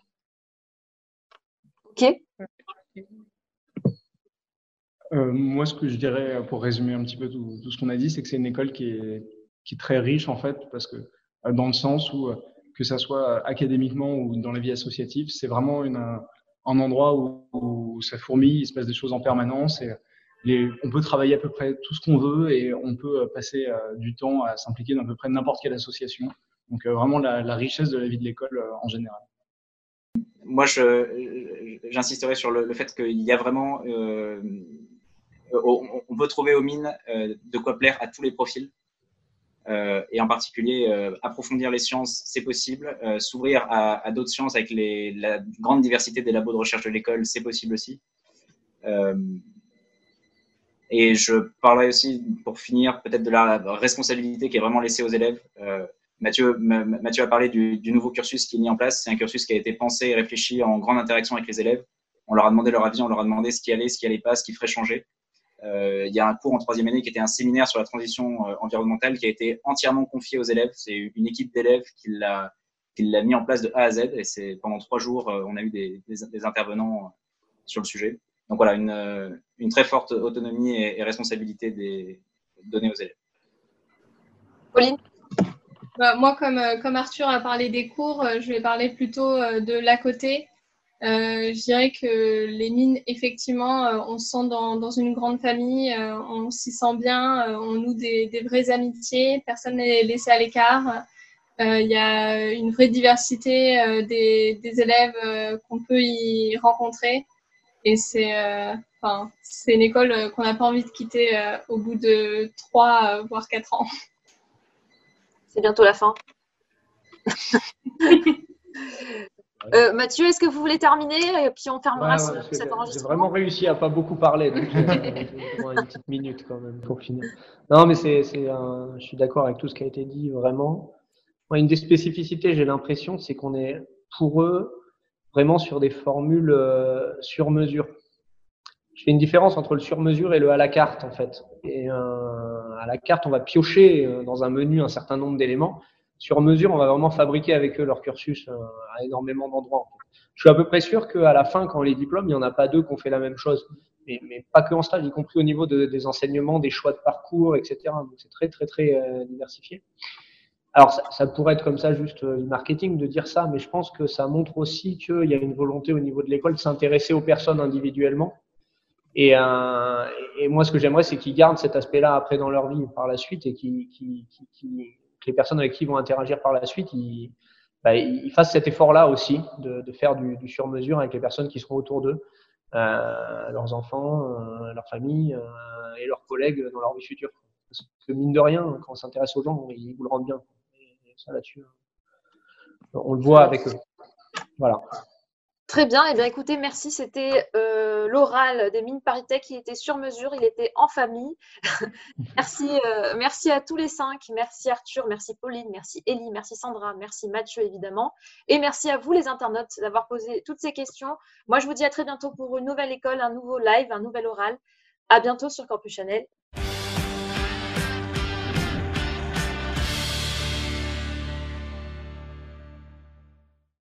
Ok. Moi, ce que je dirais, pour résumer un petit peu tout ce qu'on a dit, c'est que c'est une école qui est très riche, en fait, parce que dans le sens où, que ça soit académiquement ou dans la vie associative, c'est vraiment un endroit où ça fourmille, il se passe des choses en permanence et on peut travailler à peu près tout ce qu'on veut et on peut passer du temps à s'impliquer dans à peu près n'importe quelle association. Donc vraiment la richesse de la vie de l'école en général. Moi, j'insisterai sur le fait qu'il y a vraiment, on peut trouver aux mines de quoi plaire à tous les profils. Et en particulier, approfondir les sciences, c'est possible. S'ouvrir à d'autres sciences avec la grande diversité des labos de recherche de l'école, c'est possible aussi. Et je parlerai aussi, pour finir, peut-être de la responsabilité qui est vraiment laissée aux élèves. Mathieu a parlé du nouveau cursus qui est mis en place. C'est un cursus qui a été pensé et réfléchi en grande interaction avec les élèves. On leur a demandé leur avis, on leur a demandé ce qui allait pas, ce qui ferait changer. Il y a un cours en 3e année qui était un séminaire sur la transition environnementale qui a été entièrement confié aux élèves. C'est une équipe d'élèves qui l'a mis en place de A à Z. Et c'est pendant 3 jours, on a eu des intervenants sur le sujet. Donc voilà, une très forte autonomie et responsabilité donnée aux élèves. Pauline? Moi, comme Arthur a parlé des cours, je vais parler plutôt de l'à côté. Je dirais que les mines, effectivement, on se sent dans une grande famille, on s'y sent bien, on noue des vraies amitiés, personne n'est laissé à l'écart. Il y a une vraie diversité des élèves qu'on peut y rencontrer. Et c'est une école qu'on n'a pas envie de quitter au bout de 3 voire 4 ans. C'est bientôt la fin. Mathieu, est-ce que vous voulez terminer et puis on fermera cet enregistrement? J'ai vraiment réussi à pas beaucoup parler, donc une petite minute quand même pour finir. Non, mais je suis d'accord avec tout ce qui a été dit, vraiment. Moi, une des spécificités, j'ai l'impression, c'est qu'on est pour eux vraiment sur des formules sur mesure. Je fais une différence entre le sur mesure et le à la carte en fait. Et à la carte, on va piocher dans un menu un certain nombre d'éléments. Sur mesure, on va vraiment fabriquer avec eux leur cursus à énormément d'endroits. En fait. Je suis à peu près sûr qu'à la fin, quand les diplômes, il n'y en a pas 2 qui ont fait la même chose. Mais pas que en stage, y compris au niveau des enseignements, des choix de parcours, etc. Donc c'est très, très, très diversifié. Alors ça pourrait être comme ça juste du marketing de dire ça, mais je pense que ça montre aussi qu'il y a une volonté au niveau de l'école de s'intéresser aux personnes individuellement. Et moi, ce que j'aimerais, c'est qu'ils gardent cet aspect-là après dans leur vie par la suite et que les personnes avec qui ils vont interagir par la suite, ils fassent cet effort-là aussi de faire du sur-mesure avec les personnes qui seront autour d'eux, leurs enfants, leur famille et leurs collègues dans leur vie future. Parce que mine de rien, quand on s'intéresse aux gens, ils vous le rendent bien. Et ça là-dessus, on le voit avec eux. Voilà. Très bien. Eh bien, écoutez, merci. C'était l'oral des mines ParisTech qui était sur mesure. Il était en famille. Merci à tous les 5. Merci Arthur, merci Pauline, merci Élie, merci Sandra, merci Mathieu évidemment. Et merci à vous les internautes d'avoir posé toutes ces questions. Moi, je vous dis à très bientôt pour une nouvelle école, un nouveau live, un nouvel oral. À bientôt sur Campus Chanel.